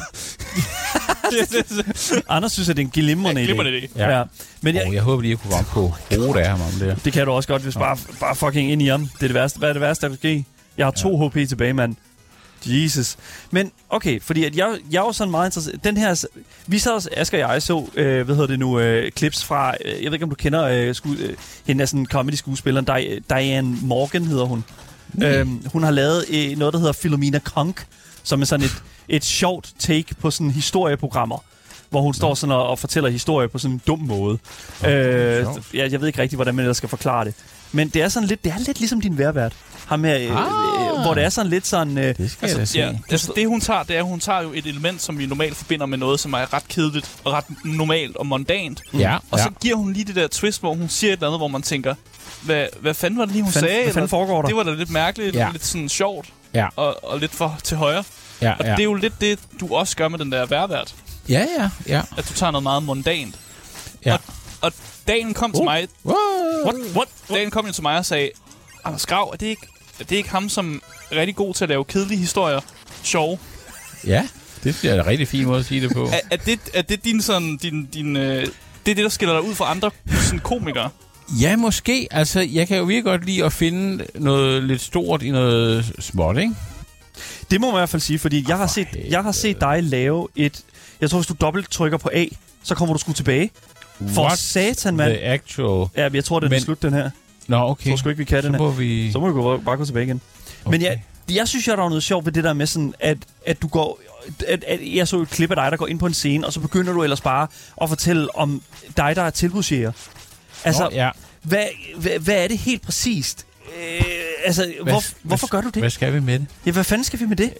Anders synes, at det er en glimrende idé. Ja. Men jeg håber lige, at kunne komme på hovedet af ham om det. Det kan du også godt, hvis bare fucking ind i ham. Det er det værste. Hvad er det værste, der kan ske? Jeg har 2 HP tilbage, mand. Jesus. Men okay, fordi at jeg er jo sådan meget interesseret. Den her... Vi sad, Asger og jeg, så, clips fra... jeg ved ikke, om du kender hende er sådan en comedy-skuespilleren. Diane Morgan hedder hun. Hun har lavet noget, der hedder Philomena Konk, som er sådan et sjovt take på sådan historieprogrammer, hvor hun står sådan og fortæller historie på sådan en dum måde. Jeg ved ikke rigtig, hvordan man skal forklare det. Men det er lidt ligesom din vejrvært. Ham her, hvor det er sådan lidt sådan... det skal jeg da se. Det hun tager, det er, hun tager jo et element, som vi normalt forbinder med noget, som er ret kedeligt og ret normalt og mondant. Og så giver hun lige det der twist, hvor hun siger et eller andet, hvor man tænker, hvad fanden var det lige, hun sagde? Hvad fanden foregår der? Det var da lidt mærkeligt, lidt sådan sjovt, og lidt for til højre. Og det er jo lidt det, du også gør med den der vejrvært. Ja. At du tager noget meget mondant. Ja. Og dagen kom til mig... What? Dagen kom til mig og sagde, Anders Grav, er det ikke ham, som er rigtig god til at lave kedelige historier sjove? Ja, det er en rigtig fin måde at sige det på. Er det din sådan... det er det, der skiller dig ud fra andre sådan komikere? Ja, måske. Altså, jeg kan jo virkelig godt lide at finde noget lidt stort i noget småt, ikke? Det må man i hvert fald sige, fordi jeg har set dig lave et... Jeg tror, hvis du dobbelt trykker på A, så kommer du sgu tilbage. For satan, mand. The actual... Ja, jeg tror, det er slut, den her. Nå, okay. Så sgu ikke, vi kan den her. Så må vi bare gå tilbage igen. Okay. Men jeg synes, der er noget sjovt ved det der med sådan, at du går... At jeg så et klip af dig, der går ind på en scene, og så begynder du ellers bare at fortælle om dig, der er tilbudsjæger. Altså, hvad er det helt præcist? Hvorfor gør du det? Hvad skal vi med det? Ja, hvad fanden skal vi med det?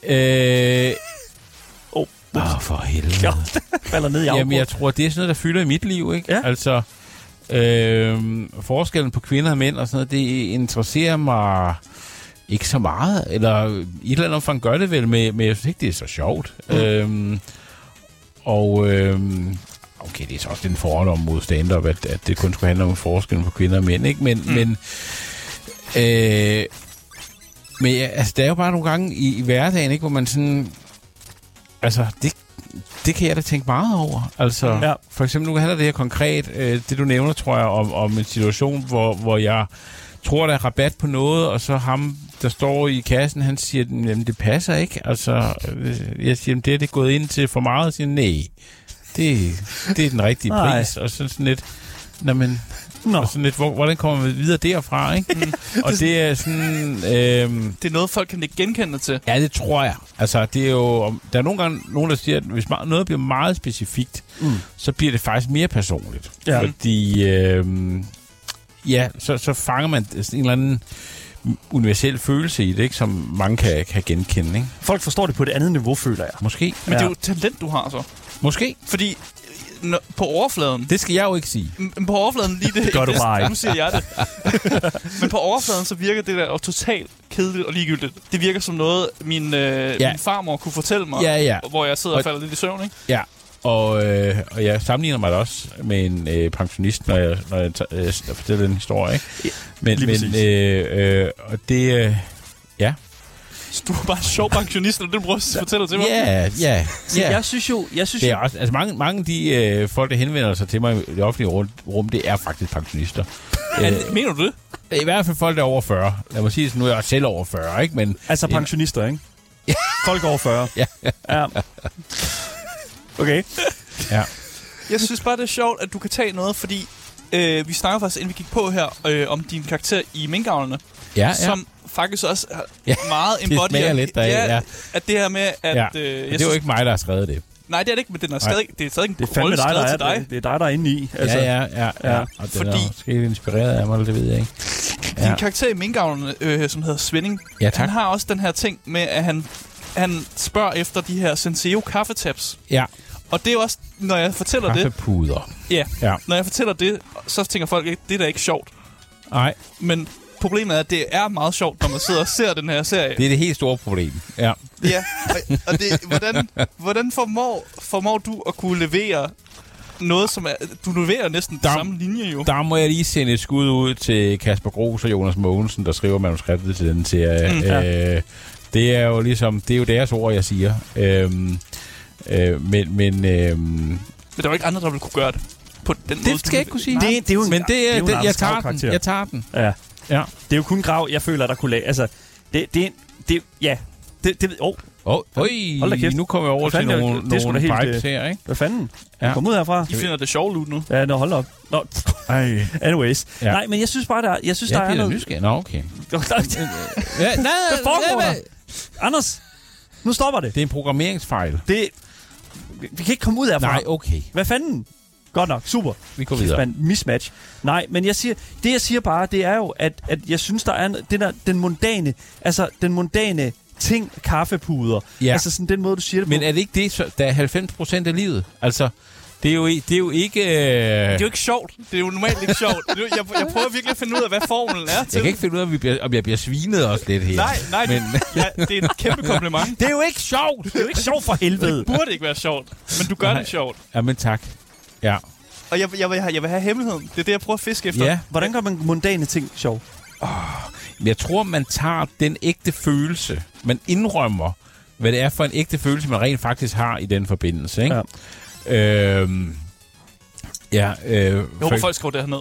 For helvede. Falder ned i Jamen, jeg tror, det er sådan noget, der fylder i mit liv, ikke? Ja. Altså, forskellen på kvinder og mænd og sådan noget, det interesserer mig ikke så meget. Eller i et eller andet omfang gør det vel, men jeg synes ikke, det er så sjovt. Okay, det er så også en fordom mod stand-up, at det kun skulle handle om forskellen på kvinder og mænd, ikke? Men altså, der er jo bare nogle gange i hverdagen, ikke, hvor man sådan... Altså, det kan jeg da tænke meget over. Altså, for eksempel, nu handler det her konkret, det du nævner, tror jeg, om en situation, hvor jeg tror, der er rabat på noget, og så ham, der står i kassen, han siger, jamen, det passer ikke. Altså, jeg siger, det er gået ind til for meget, og siger, nej, det er den rigtige pris. Og sådan lidt, og sådan lidt, hvordan kommer man videre derfra, ikke? Og det er sådan... det er noget, folk kan ikke genkende til. Ja, det tror jeg. Altså, det er jo... Der er nogle gange nogen, der siger, at hvis noget bliver meget specifikt, så bliver det faktisk mere personligt. Ja. Fordi... så fanger man en eller anden universel følelse i det, ikke, som mange kan genkende. Ikke? Folk forstår det på et andet niveau, føler jeg. Måske. Men det er jo talent, du har så. Måske. Fordi på overfladen... Det skal jeg jo ikke sige. Men på overfladen lige det... Det gør du bare ikke. Nu siger jeg det. Men på overfladen, så virker det der jo totalt kedeligt og ligegyldigt. Det virker som noget, min farmor kunne fortælle mig, hvor jeg sidder og falder lidt i søvn, ikke? Ja, og jeg sammenligner mig da også med en pensionist, når jeg fortæller den historie, ikke? Men og det... ja. Så du er bare en sjov pensionist, og det prøver at fortælle til mig. Ja. Jeg synes jo... Det er også, altså mange af de folk, der henvender sig til mig i det offentlige rum, det er faktisk pensionister. Mener du det? I hvert fald folk, der er over 40. Lad mig sige, nu er jeg selv over 40, ikke? Men altså pensionister, ikke? Folk over 40. Ja. Okay. Ja. Jeg synes bare, det er sjovt, at du kan tage noget, fordi vi snakker faktisk, inden vi gik på her, om din karakter i Minkavlerne. Ja. Som faktisk også meget embodyer. Lidt deraf, at det her med, at... det er jo ikke mig, der har skrevet det. Nej, det er det ikke, men det er stadig en rolle skrevet til dig. Det er dig, der er inde i. Altså. Ja. Og den er måske inspireret af mig, det ved jeg ikke. Din karakter i Minkavlerne, som hedder Svending, han har også den her ting med, at han spørger efter de her Senseo kaffetaps. Ja. Og det er jo også, når jeg fortæller det... Kaffepuder. Ja. Når jeg fortæller det, så tænker folk ikke, det er da ikke sjovt. Nej. Men problemet er, at det er meget sjovt, når man sidder og ser den her serie. Det er det helt store problem. Ja. Ja, og det, hvordan formår du at kunne levere noget, som er... Du leverer næsten den samme linje, jo. Der må jeg lige sende et skud ud til Kasper Gros og Jonas Mogensen, der skriver manuskriptet til den serie. Det er jo ligesom... Det er jo deres ord, jeg siger. Men der er jo ikke andre, der vil kunne gøre det på den måde. Det skal jeg ikke kunne sige. Det er jo men jeg tager den. Ja. Det er jo kun Grav, jeg føler, der kunne lave... Altså, nu kommer jeg over til nogle pipes her, ikke? Hvad fanden? Kom ud herfra. I finder det sjovt ud nu. Ja, hold op. Anyways. Ja. Nej, men jeg synes bare, der er noget... Nysgerrig. Nå, okay. Hvad foregår der? Anders, nu stopper det. Det er en programmeringsfejl. Vi kan ikke komme ud herfra. Nej, okay. Hvad fanden? Godt nok, super. Vi går videre. Mismatch. Nej, men jeg siger bare, det er jo, at jeg synes, der er den mondane ting, kaffepuder. Ja. Altså sådan den måde, du siger det på. Men er det ikke det, der er 90% af livet? Altså, det er jo ikke... Det er jo ikke sjovt. Det er jo normalt ikke sjovt. Jeg prøver virkelig at finde ud af, hvad formelen er til. Jeg kan ikke finde ud af, om jeg bliver svinet også lidt her. Nej, men det er et kæmpe kompliment. Det er jo ikke sjovt. Det er jo ikke sjovt for helvede. Det burde ikke være sjovt, men du gør det sjovt. Jamen tak. Ja. Og jeg vil have hemmeligheden. Det er det, jeg prøver at fiske efter. Ja. Hvordan gør man mondane ting sjov? Jeg tror, man tager den ægte følelse. Man indrømmer, hvad det er for en ægte følelse, man rent faktisk har i den forbindelse. Ikke? Ja. Jeg håber, folk skriver det her ned.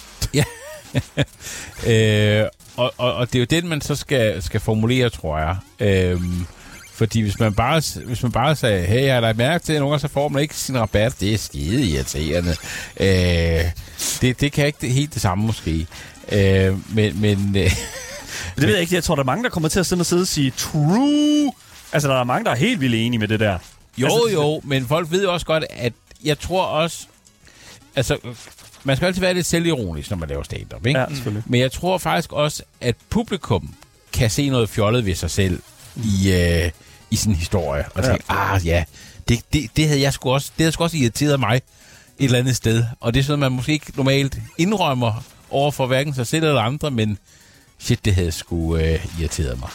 Ja. Og det er jo den, man så skal formulere, tror jeg. Fordi hvis man bare sagde, hey, jeg har lagt mærke til, at nogle gange så får man ikke sin rabat, det er skide irriterende. Det kan ikke helt det samme måske. Men det ved jeg ikke. Jeg tror, der er mange, der kommer til at sidde og sige, true. Altså, der er mange, der er helt vildt enige med det der. Jo, men folk ved jo også godt, at jeg tror også... Altså, man skal altid være lidt selvironisk, når man laver stand-up, ikke? Ja, selvfølgelig. Men jeg tror faktisk også, at publikum kan se noget fjollet ved sig selv i sin historie. Og tænke, det havde jeg sgu også irriteret mig et eller andet sted. Og det er sådan, man måske ikke normalt indrømmer over for hverken sig selv eller andre, men shit, det havde sgu irriteret mig.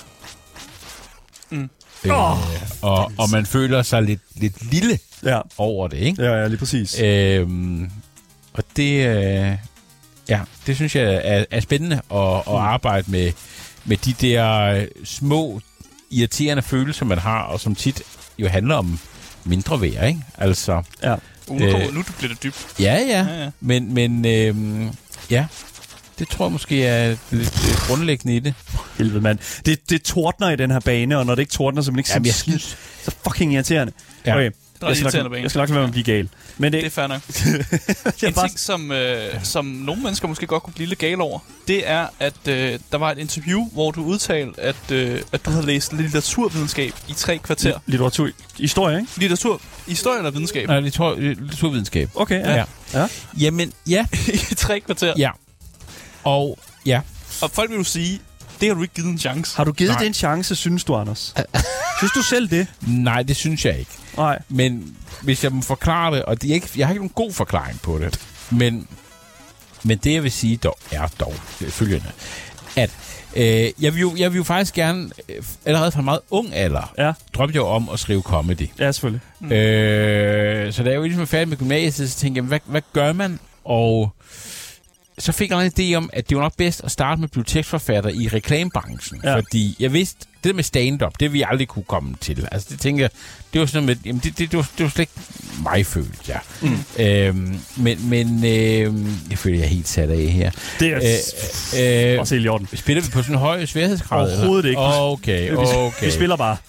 Og man føler sig lidt lille over det, ikke? Ja, lige præcis. Og det, det synes jeg er spændende at arbejde med de der små irriterende følelser, man har, og som tit jo handler om mindre værd, ikke? Altså... Ja. Nu bliver det dybt. Ja. Men det tror jeg måske er lidt grundlæggende i det. Helvede, mand. Det tordner i den her bane, og når det ikke tordner, så man ikke synes, så fucking irriterende. Ja. Okay. Jeg skal nok være med at blive gal. Men det er fair nok. En ting, som nogle mennesker måske godt kunne blive lidt gale over, det er, at der var et interview, hvor du udtalte, at du havde læst litteraturvidenskab i 3 kvarter. Litteratur? Historie, ikke? Historie eller videnskab? Nej, litteraturvidenskab. Okay, ja. Jamen, ja. I 3 kvarter? Ja. Og, ja. Og folk vil jo sige, Det har du ikke givet en chance. Har du givet det en chance, synes du, Anders? Synes du selv det? Nej, det synes jeg ikke. Nej. Men hvis jeg må forklare det, og jeg har ikke nogen god forklaring på det, men det, jeg vil sige, er følgende, at jeg vil jo faktisk gerne, allerede fra en meget ung alder, drømte jeg om at skrive comedy. Ja, selvfølgelig. Så da jeg jo ligesom var færdig med gymnasiet, så tænkte jeg, hvad gør man? Og så fik jeg en idé om, at det var nok bedst at starte med biblioteksforfatter i reklamebranchen. Ja. Fordi jeg vidste, det der med stand-up, det ville jeg aldrig kunne komme til. Altså det tænker jeg, det var sådan med, jamen det var slet ikke mig, følte jeg. Men jeg føler, jeg er helt sat af her. Det er også helt i orden. Spiller vi på sådan en høj sværhedsgrad? Overhovedet ikke. Okay. Vi spiller bare.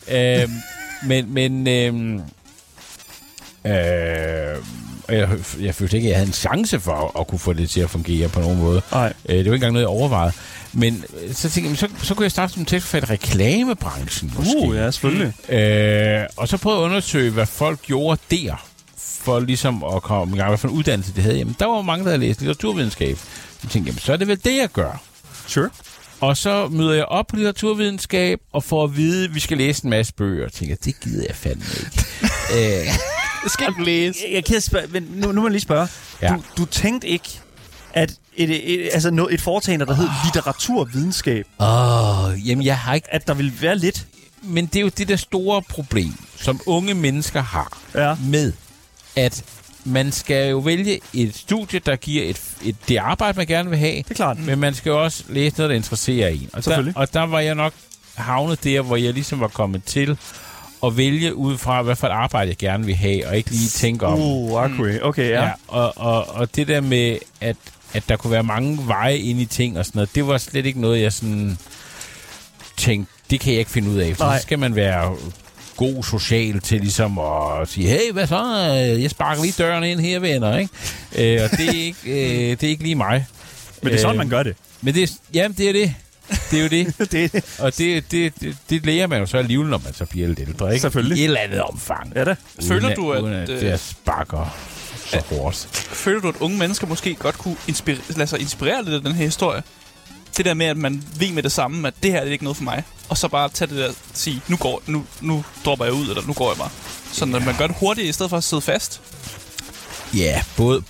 Jeg følte ikke, at jeg havde en chance for at kunne få det til at fungere på nogen måde. Det var ikke engang noget, jeg overvejede. Men så tænkte jeg, så kunne jeg starte som tekstforfatter i reklamebranchen måske. Ja, selvfølgelig. Og så prøvede jeg at undersøge, hvad folk gjorde der, for ligesom at komme i gang. Hvad for en uddannelse det havde. Jamen, der var mange, der havde læst litteraturvidenskab. Jeg tænkte, jamen, så er det vel det, jeg gør. Sure. Og så møder jeg op på litteraturvidenskab, og får at vide, at vi skal læse en masse bøger. Og tænker, det gider jeg fandme ikke. Det skal ikke læse. Jeg kan spørge, men nu må jeg lige spørge. Ja. Du tænkte ikke, at et foretagende, der hed litteraturvidenskab, jamen jeg har ikke... at der ville være lidt... Men det er jo det der store problem, som unge mennesker har med, at man skal jo vælge et studie, der giver det arbejde, man gerne vil have. Det er klart. Men man skal jo også læse noget, der interesserer en. Og der var jeg nok havnet der, hvor jeg ligesom var kommet til at vælge ud fra, hvad for et arbejde jeg gerne vil have, og ikke lige tænke om... Okay, ja. Og det der med, at der kunne være mange veje ind i ting og sådan noget, det var slet ikke noget, jeg sådan tænkte, det kan jeg ikke finde ud af. Så skal man være god social til ligesom at sige, hey, hvad så? Jeg sparker lige døren ind her, venner, ikke? Og det er ikke lige mig. Men det er sådan, man gør det. Men det er det. Det er jo det. Og det lærer man jo så alligevel, når man så bliver lidt ældre, ikke? Selvfølgelig. I et eller andet omfang. Ja, det. Føler du, at det sparker så hårdt. Føler du, at unge mennesker måske godt kunne lade sig inspirere lidt af den her historie? Det der med, at man ved med det samme, at det her er ikke noget for mig. Og så bare tage det der og sige, nu dropper jeg ud, eller nu går jeg bare. Sådan at man gør det hurtigt, i stedet for at sidde fast. Ja,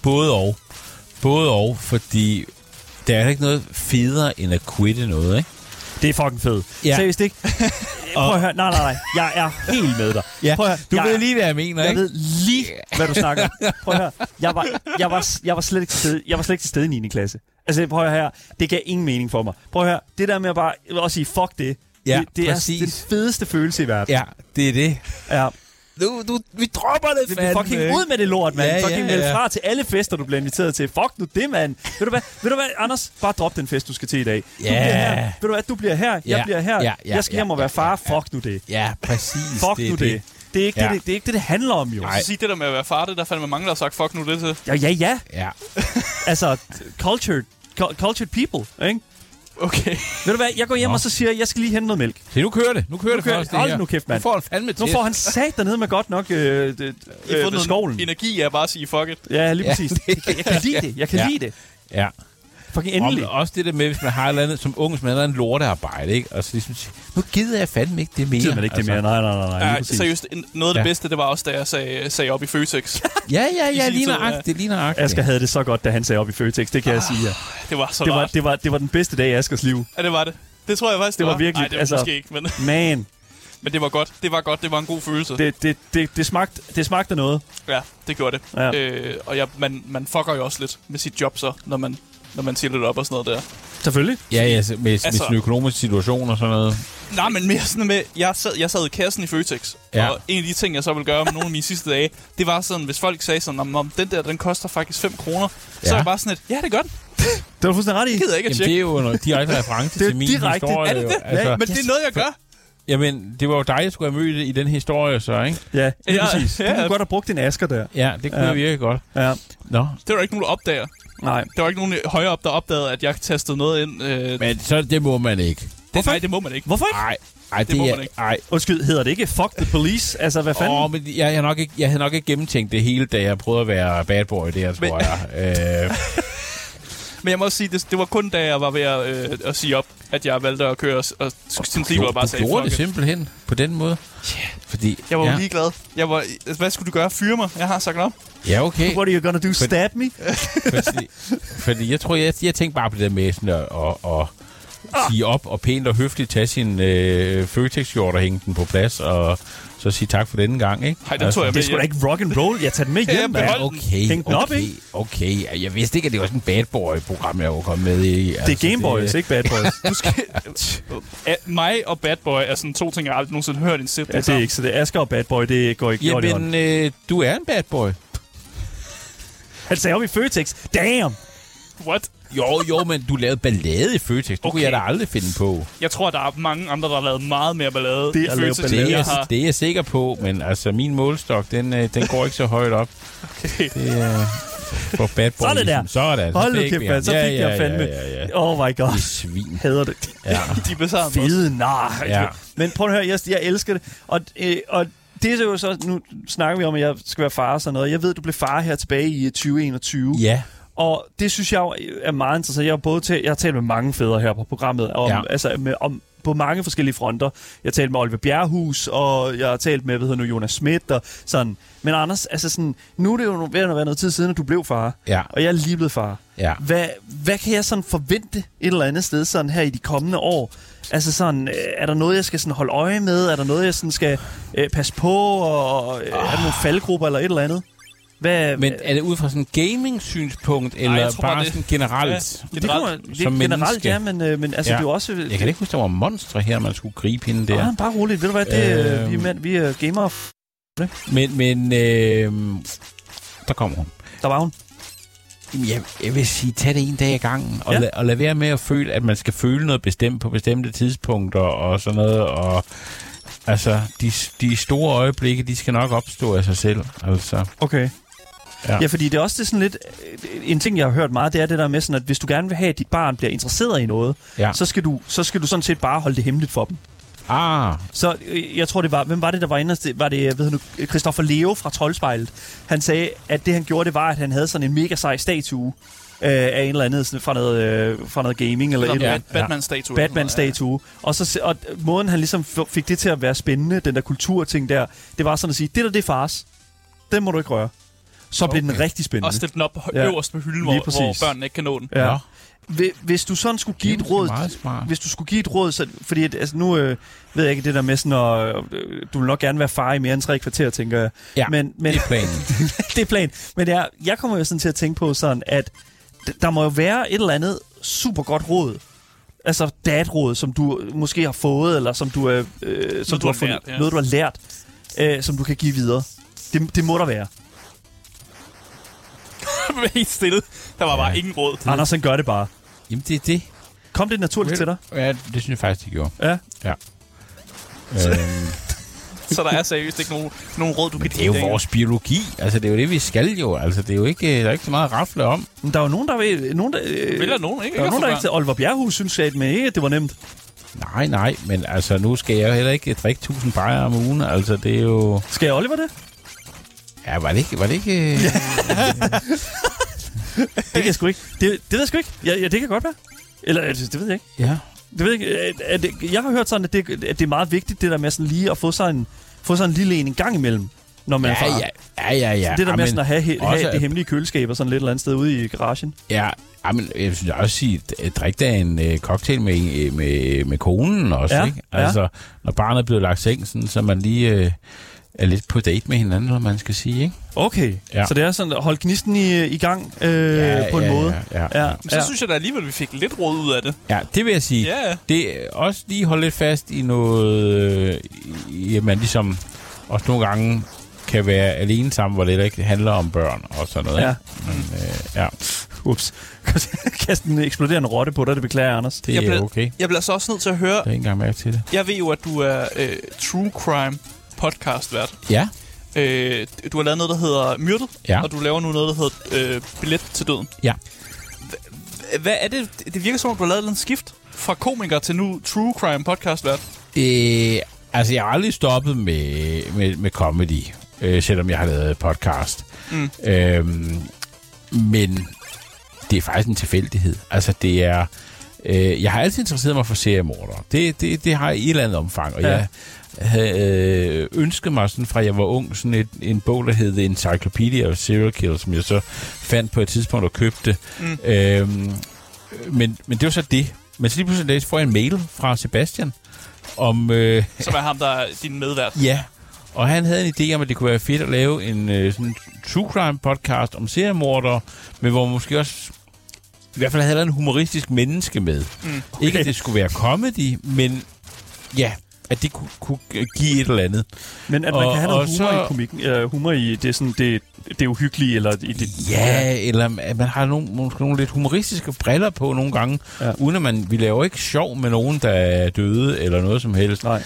både og, fordi der er ikke noget federe, end at quitte noget, ikke? Det er fucking fedt. Ja. Seriøst ikke? Prøv at høre. Nej. Jeg er helt med dig. Ja. Prøv at høre. Du ved lige, hvad jeg mener, ikke? Jeg ved lige, hvad du snakker om. Prøv at høre. Jeg var slet ikke til stede i 9. klasse. Altså, prøv at høre. Det gav ingen mening for mig. Prøv at høre. Det der med at bare også sige, fuck det. Ja, det er den fedeste følelse i verden. Ja, det er det. Ja. Vi dropper det, fandme. Fucking ud med det lort, mand. Fucking meld fra til alle fester, du bliver inviteret til. Fuck nu det, mand. Ved du hvad, Anders? Bare drop den fest, du skal til i dag. Du bliver her. Ved du hvad, du bliver her. Jeg bliver her. Jeg skal hjem og være far. Fuck nu det. Ja, præcis. Fuck nu det. Det er ikke det handler om, jo. Så sige det der med at være far, det der fandme mange, der har sagt fuck nu det til. Ja. Altså, cultured people, ikke? Okay. Ved du hvad, jeg går hjem og så siger, jeg skal lige hente noget mælk. Se, nu kører det. Nu kører det først, det her. Nu kæft, mand. Nu får han fandme til. Nu får han sat dernede med godt nok skovlen. Energi er bare at sige fuck it. Ja, lige præcis. Jeg kan lide det. Jeg kan lide det. Ja. Fucking endelig. Og også det der med, hvis man har et eller andet, som unge, som har en lortearbejde, ikke? Og så ligesom sige, nu gider jeg fandme ikke det mere. Gider man ikke det mere? Nej. Ja, seriøst, noget af det bedste, det var også, da jeg sagde op i Føtex. Ja, lige nøjagtigt. Asger havde det så godt, da han sagde op i Føtex, det kan jeg sige. Det var så rart. Det var den bedste dag i Asgers liv. Ja, det var det. Det tror jeg faktisk, det var. Virkelig. Nej, det var måske ikke, men... Man. Men det var godt. Det var en god følelse. Det smagte noget. Ja, det gjorde det. Ja. Og man fucker jo også lidt med sit job så, når man siger lidt op og sådan noget der. Selvfølgelig. Ja, med sin økonomiske situation og sådan noget. Nej, men mere sådan med, jeg sad i kassen i Føtex, og en af de ting, jeg så ville gøre med nogle af mine sidste dage, det var sådan, hvis folk sagde sådan, om den koster faktisk 5 kroner, så er jeg bare sådan et, ja, det gør den. Det var fuldstændig ret i. Det gider jeg ikke at tjekke. Det er jo noget direkte reference til min historie. Er det det? Altså, men det er noget, jeg gør. Jamen, det var jo dig, der skulle have mødt i den historie, så, ikke? Ja, præcis. Du kunne godt have brugt en Asger der. Ja, det kunne jeg virkelig godt. Ja. Nå. Det var ikke nogen, der opdager. Nej. Der var ikke nogen højere op, der opdagede, at jeg tastede noget ind. Men så det må man ikke. Nej, det må man ikke. Hvorfor ikke? Nej, det må man ikke. Ej. Undskyld, hedder det ikke Fuck the Police? Altså, hvad fanden? Men jeg havde nok ikke gennemtænkt det hele, da jeg prøvede at være bad boy der, tror jeg. Men jeg må også sige, det var kun da jeg var ved at sige op. at jeg valgte at køre og Steam bare sagde, du gjorde det simpelthen på den måde? Yeah. Fordi, jeg var ligeglad. Hvad skulle du gøre? Fyre mig? Jeg har sagt op. Ja, okay. What are you gonna do? Stab me? fordi jeg tror, jeg tænkte bare på det der med sådan at sige op og pænt og høfligt tage sin Føtex-skjort og hænge den på plads og så sige tak for denne gang, ikke? Hej, den tror jeg med. Det er sgu da ikke rock and roll. Jeg tager den med hjem. Okay. Jeg vidste ikke, at det var sådan et bad boy-program, jeg var kommet med i. Altså, det er Game Boys, ikke Bad Boys. Mig og Bad Boy er sådan to ting, jeg aldrig nogensinde hørt i en sætning. Ja, det er ikke, så det er Asger og Bad Boy, det går ikke godt i hånd. Jamen, du er en bad boy. Han sagde op i Føtex. Damn! What? Jo, men du lavede ballade i Føtex. Det kunne jeg da aldrig finde på. Jeg tror, der er mange andre, der har lavet meget mere ballade i Føtex. Det er jeg sikker på, men altså min målstok, den går ikke så højt op. Okay. Det er for bad boy. Sådan der. Sådan. Hold nu kæft, man. Så fik jeg fandme. Ja. Oh my god. De svin. Hader det. Ja. De besarmer fede nar. Ja. Men prøv at høre, jeg elsker det. Og det er jo så, nu snakker vi om, at jeg skal være far og sådan noget. Jeg ved, du blev far her tilbage i 2021. Ja. Og det synes jeg er meget interessant. Jeg har talt med mange fædre her på programmet, om på mange forskellige fronter. Jeg har talt med Oliver Bjerrehus, og jeg har talt med, Jonas Schmidt og sådan. Men Anders, altså sådan, nu er det jo ved at være noget tid siden, at du blev far. Ja. Og jeg er lige blevet far. Ja. Hvad kan jeg sådan forvente et eller andet sted sådan her i de kommende år? Altså sådan, er der noget, jeg skal sådan holde øje med? Er der noget, jeg sådan skal passe på? Og er der nogle faldgrupper eller et eller andet? Men er det ud fra sådan en gaming-synspunkt, eller bare sådan generelt? Det er generelt, ja, men altså, det er jo også... Jeg kan ikke huske, der var monstre her, man skulle gribe hende der. Ja, bare roligt. Ved du hvad, vi er gamere. Men der kommer hun. Der var hun. Jeg vil sige, tag det en dag ad gangen, og lad være med at føle, at man skal føle noget bestemt på bestemte tidspunkter, og sådan noget, og... Altså, de store øjeblikke, de skal nok opstå af sig selv, altså. Okay. Ja, fordi det er også sådan lidt... En ting, jeg har hørt meget, det er det der med sådan, at hvis du gerne vil have, at dit barn bliver interesseret i noget, så skal du sådan set bare holde det hemmeligt for dem. Så jeg tror, det var... Hvem var det, der var inde? Var det, Christoffer Leo fra Troldspejlet? Han sagde, at det han gjorde, det var, at han havde sådan en mega sej statue af en eller anden sådan, fra noget gaming eller et eller andet. Batman-statue. Batman-statue. Og måden, han ligesom fik det til at være spændende, den der kulturting der, det var sådan at sige, det er fars. Den må du ikke røre. Så bliver den rigtig spændende. Og stille den op øverst på hylden, hvor børnene ikke kan nå den. Ja. Hvis du sådan skulle give et råd, så, fordi altså nu ved jeg ikke det der med sådan, du vil nok gerne være far i mere end 3 kvarter, tænker jeg. Ja, men det er planen. det er planen. Men jeg kommer jo sådan til at tænke på sådan, at der må jo være et eller andet super godt råd. Altså dad-råd, som du måske har fået, eller som du har fundet, noget du har lært, som du kan give videre. Det må der være. Helt stille. Der var bare ingen råd. Andersen gør det bare. Jamen, det er det. Kom det naturligt til dig? Ja, det synes jeg faktisk, det gjorde. Ja. Så der er seriøst ikke nogen råd, du kan give. Det er jo vores biologi. Altså, det er jo det, vi skal jo. Altså, det er jo ikke, der er ikke så meget at rafle om. Men der er jo nogen, der vil... Vælger nogen, ikke? Der er nogen, der ikke til Oliver Bjerrehus synes, at det var nemt. Nej, men altså, nu skal jeg jo heller ikke drikke 1000 bajer om ugen. Altså, det er jo... Skal Oliver det? Ja, var det ikke... Det kan jeg sgu ikke. Det ved jeg sgu ikke. Ja, det kan godt være. Eller, det ved jeg ikke. Ja. Det ved jeg ikke. Jeg har hørt sådan, at det er meget vigtigt, det der med sådan lige at få sig en lille en gang imellem, når man er far. Ja. Det der med sådan at have det hemmelige køleskab og sådan lidt eller andet sted ude i garagen. Ja, men jeg synes også sige, drik da en cocktail med konen også, ikke? Altså, når barnet er blevet lagt seng, sådan, så man lige... er lidt på date med hinanden, eller man skal sige, ikke? Okay, så det er sådan at holde gnisten i gang på en måde. Ja. Men så synes jeg da alligevel, vi fik lidt råd ud af det. Ja, det vil jeg sige. Ja. Det er også lige holde lidt fast i noget, man ligesom også nogle gange kan være alene sammen, hvor det ikke handler om børn og sådan noget. Ja. Men, Ups. Kaste en eksploderende rotte på dig, det beklager Anders. Det er okay. Jeg bliver så også nødt til at høre... Jeg er ikke engang mærke til det. Jeg ved jo, at du er true crime podcast-vært. Ja. Du har lavet noget, der hedder Myrdet, og du laver nu noget, der hedder Billet til døden. Ja. Hvad er det? Det virker som om, du har lavet en skift fra komiker til nu true crime podcast-vært. Altså, jeg har aldrig stoppet med comedy, selvom jeg har lavet podcast. Men det er faktisk en tilfældighed. Altså, det er Jeg har altid interesseret mig for seriemordere. Det har jeg i et eller andet omfang, og jeg havde ønsket mig sådan, fra jeg var ung, sådan en bog, der hed The Encyclopedia of Serial Killers, som jeg så fandt på et tidspunkt og købte. Men det var så det. Men så lige pludselig får jeg en mail fra Sebastian om... Som er ham, der er din medvært. Ja, og han havde en idé om, at det kunne være fedt at lave en sådan true crime podcast om seriemordere, men hvor måske også i hvert fald havde en humoristisk menneske med. Okay. Ikke at det skulle være comedy, men ja, at det kunne give et eller andet. Men at man kan have noget humor i komikken, humor i det uhyggelige, eller i det... Ja, eller at man har nogle lidt humoristiske briller på nogle gange, uden at vi laver ikke sjov med nogen, der er døde, eller noget som helst. Nej.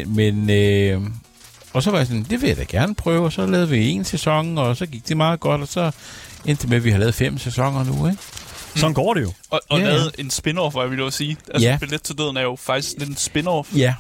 Men og så var jeg sådan, det vil jeg da gerne prøve, og så lavede vi 1 sæson, og så gik det meget godt, og så endte med, at vi har lavet 5 sæsoner nu, ikke? Sådan går det jo. Og lavet en spin-off, hvor jeg ville jo sige. Altså, Billet til døden er jo faktisk lidt en spin-off. Ja,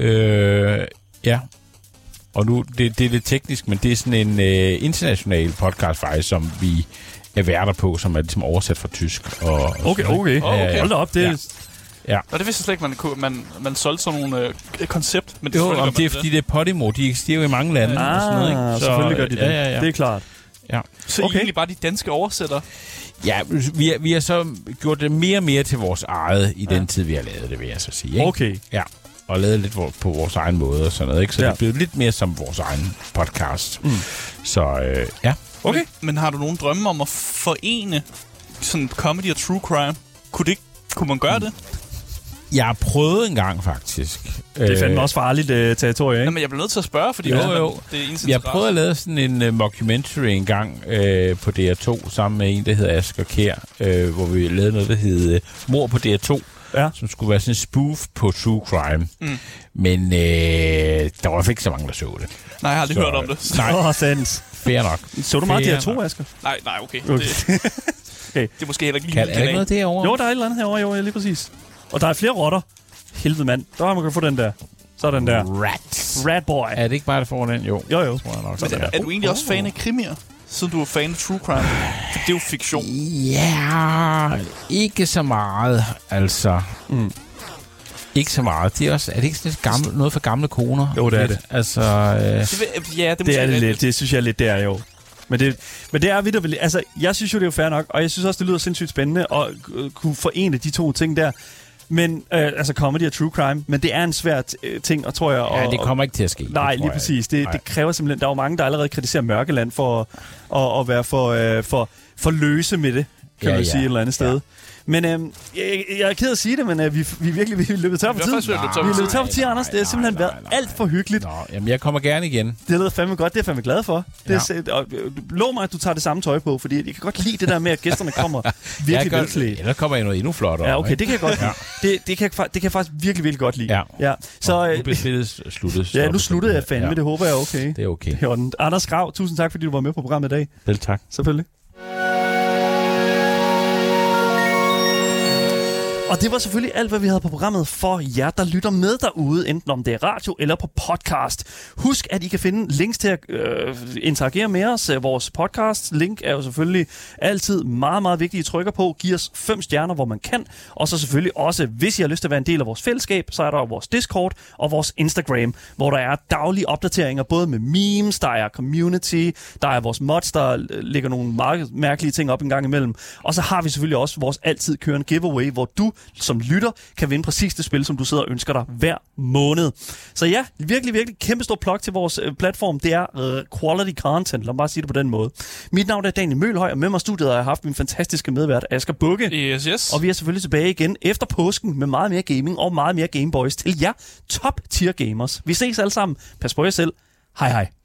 ja. Og nu, det er lidt teknisk, men det er sådan en international podcast faktisk, som vi er værter på, som er ligesom oversat fra tysk. Okay. Hold da op, det Ja. Og det vidste jeg slet ikke, man solgte sådan nogle koncept. Men det, det er fordi, det er Podimo. De eksisterer jo i mange lande. Og sådan noget, ikke? Så selvfølgelig gør de det. Ja. Det er klart. Ja. Så I egentlig bare de danske oversætter? Ja, vi har så gjort det mere og mere til vores eget i den tid, vi har lavet det, vil jeg så sige. Ikke? Okay. Ja, og lavet lidt på vores egen måde og sådan noget. Ikke? Så det er blevet lidt mere som vores egen podcast. Så ja. Okay. Men har du nogen drømme om at forene sådan comedy og true crime? Kunne man gøre det? Jeg har prøvet en gang, faktisk. Det er fandme også farligt territorium, ikke? Men jeg bliver nødt til at spørge, fordi jo. Det er eneste jeg prøvede at lave sådan en mockumentary en gang på DR2, sammen med en, der hedder Asger Kjær, hvor vi lavede noget, der hed Mord på DR2, som skulle være sådan en spoof på true crime. Men der var ikke så mange, der så det. Nej, jeg har aldrig hørt om det. Nej, sandt. Fair nok. Så du meget DR2, Asger? Nej, okay. Det er måske heller ikke lige er der ikke noget derovre? Jo, der er et eller andet herovre, jo, lige præcis. Og der er flere rotter. Helvede mand. Der har man kan få den der. Så den der. Ratboy. Er det ikke bare, der får den? Jo. Jo. Er du egentlig også fan af krimier? Siden du er fan af true crime? For det er jo fiktion. Ja, ikke så meget, altså. Ikke så meget. Det er også, er det ikke sådan noget for gamle koner? Jo, det er det. Altså, det er det lidt. Det synes jeg lidt, det er jo. Men det er vitterligt. Altså, jeg synes jo, det er jo fair nok, og jeg synes også, det lyder sindssygt spændende at kunne forene de to ting der. Men, altså comedy og true crime, men det er en svær ting, og tror jeg... Ja, det kommer ikke til at ske. Nej, lige præcis. Det kræver simpelthen... Der er jo mange, der allerede kritiserer Mørkeland for at være for løse med det, kan man sige et eller andet sted. Men jeg er ked af at sige det, men vi er løbet tør for tid. Vi er løbet tør for tid, Anders. Det har simpelthen været alt for hyggeligt. Jamen, jeg kommer gerne igen. Det lyder fandme godt. Det er jeg fandme glad for. Lov mig, at du tager det samme tøj på, fordi jeg kan godt lide det der med, at gæsterne kommer virkelig velklædt. Eller kommer jeg noget endnu flottere. Ja, okay, det kan jeg godt lide. Det kan jeg faktisk virkelig, virkelig godt lide. Ja. Så nu bliver spillet sluttet. Ja, nu sluttede jeg fandme. Det håber jeg er okay. Det er okay. Anders Grav, tusind tak, fordi du var med på programmet i dag. Vel tak. Selvfølgelig. Og det var selvfølgelig alt, hvad vi havde på programmet for jer, der lytter med derude, enten om det er radio eller på podcast. Husk, at I kan finde links til at interagere med os. Vores podcast-link er jo selvfølgelig altid meget, meget vigtigt, I trykker på. Giv os 5 stjerner, hvor man kan. Og så selvfølgelig også, hvis I har lyst til at være en del af vores fællesskab, så er der vores Discord og vores Instagram, hvor der er daglige opdateringer, både med memes, der er community, der er vores mods, der lægger nogle meget mærkelige ting op en gang imellem. Og så har vi selvfølgelig også vores altid kørende giveaway, hvor du som lytter kan vinde præcis det spil, som du sidder og ønsker dig hver måned. Så ja, virkelig, virkelig kæmpe stor plug til vores platform. Det er quality content, lad mig bare sige det på den måde. Mit navn er Daniel Mølhøj, og med mig i studiet har jeg haft min fantastiske medvært Asger Bugge. Yes. Og vi er selvfølgelig tilbage igen efter påsken med meget mere gaming og meget mere Gameboys til jer top tier gamers. Vi ses alle sammen. Pas på jer selv. Hej hej.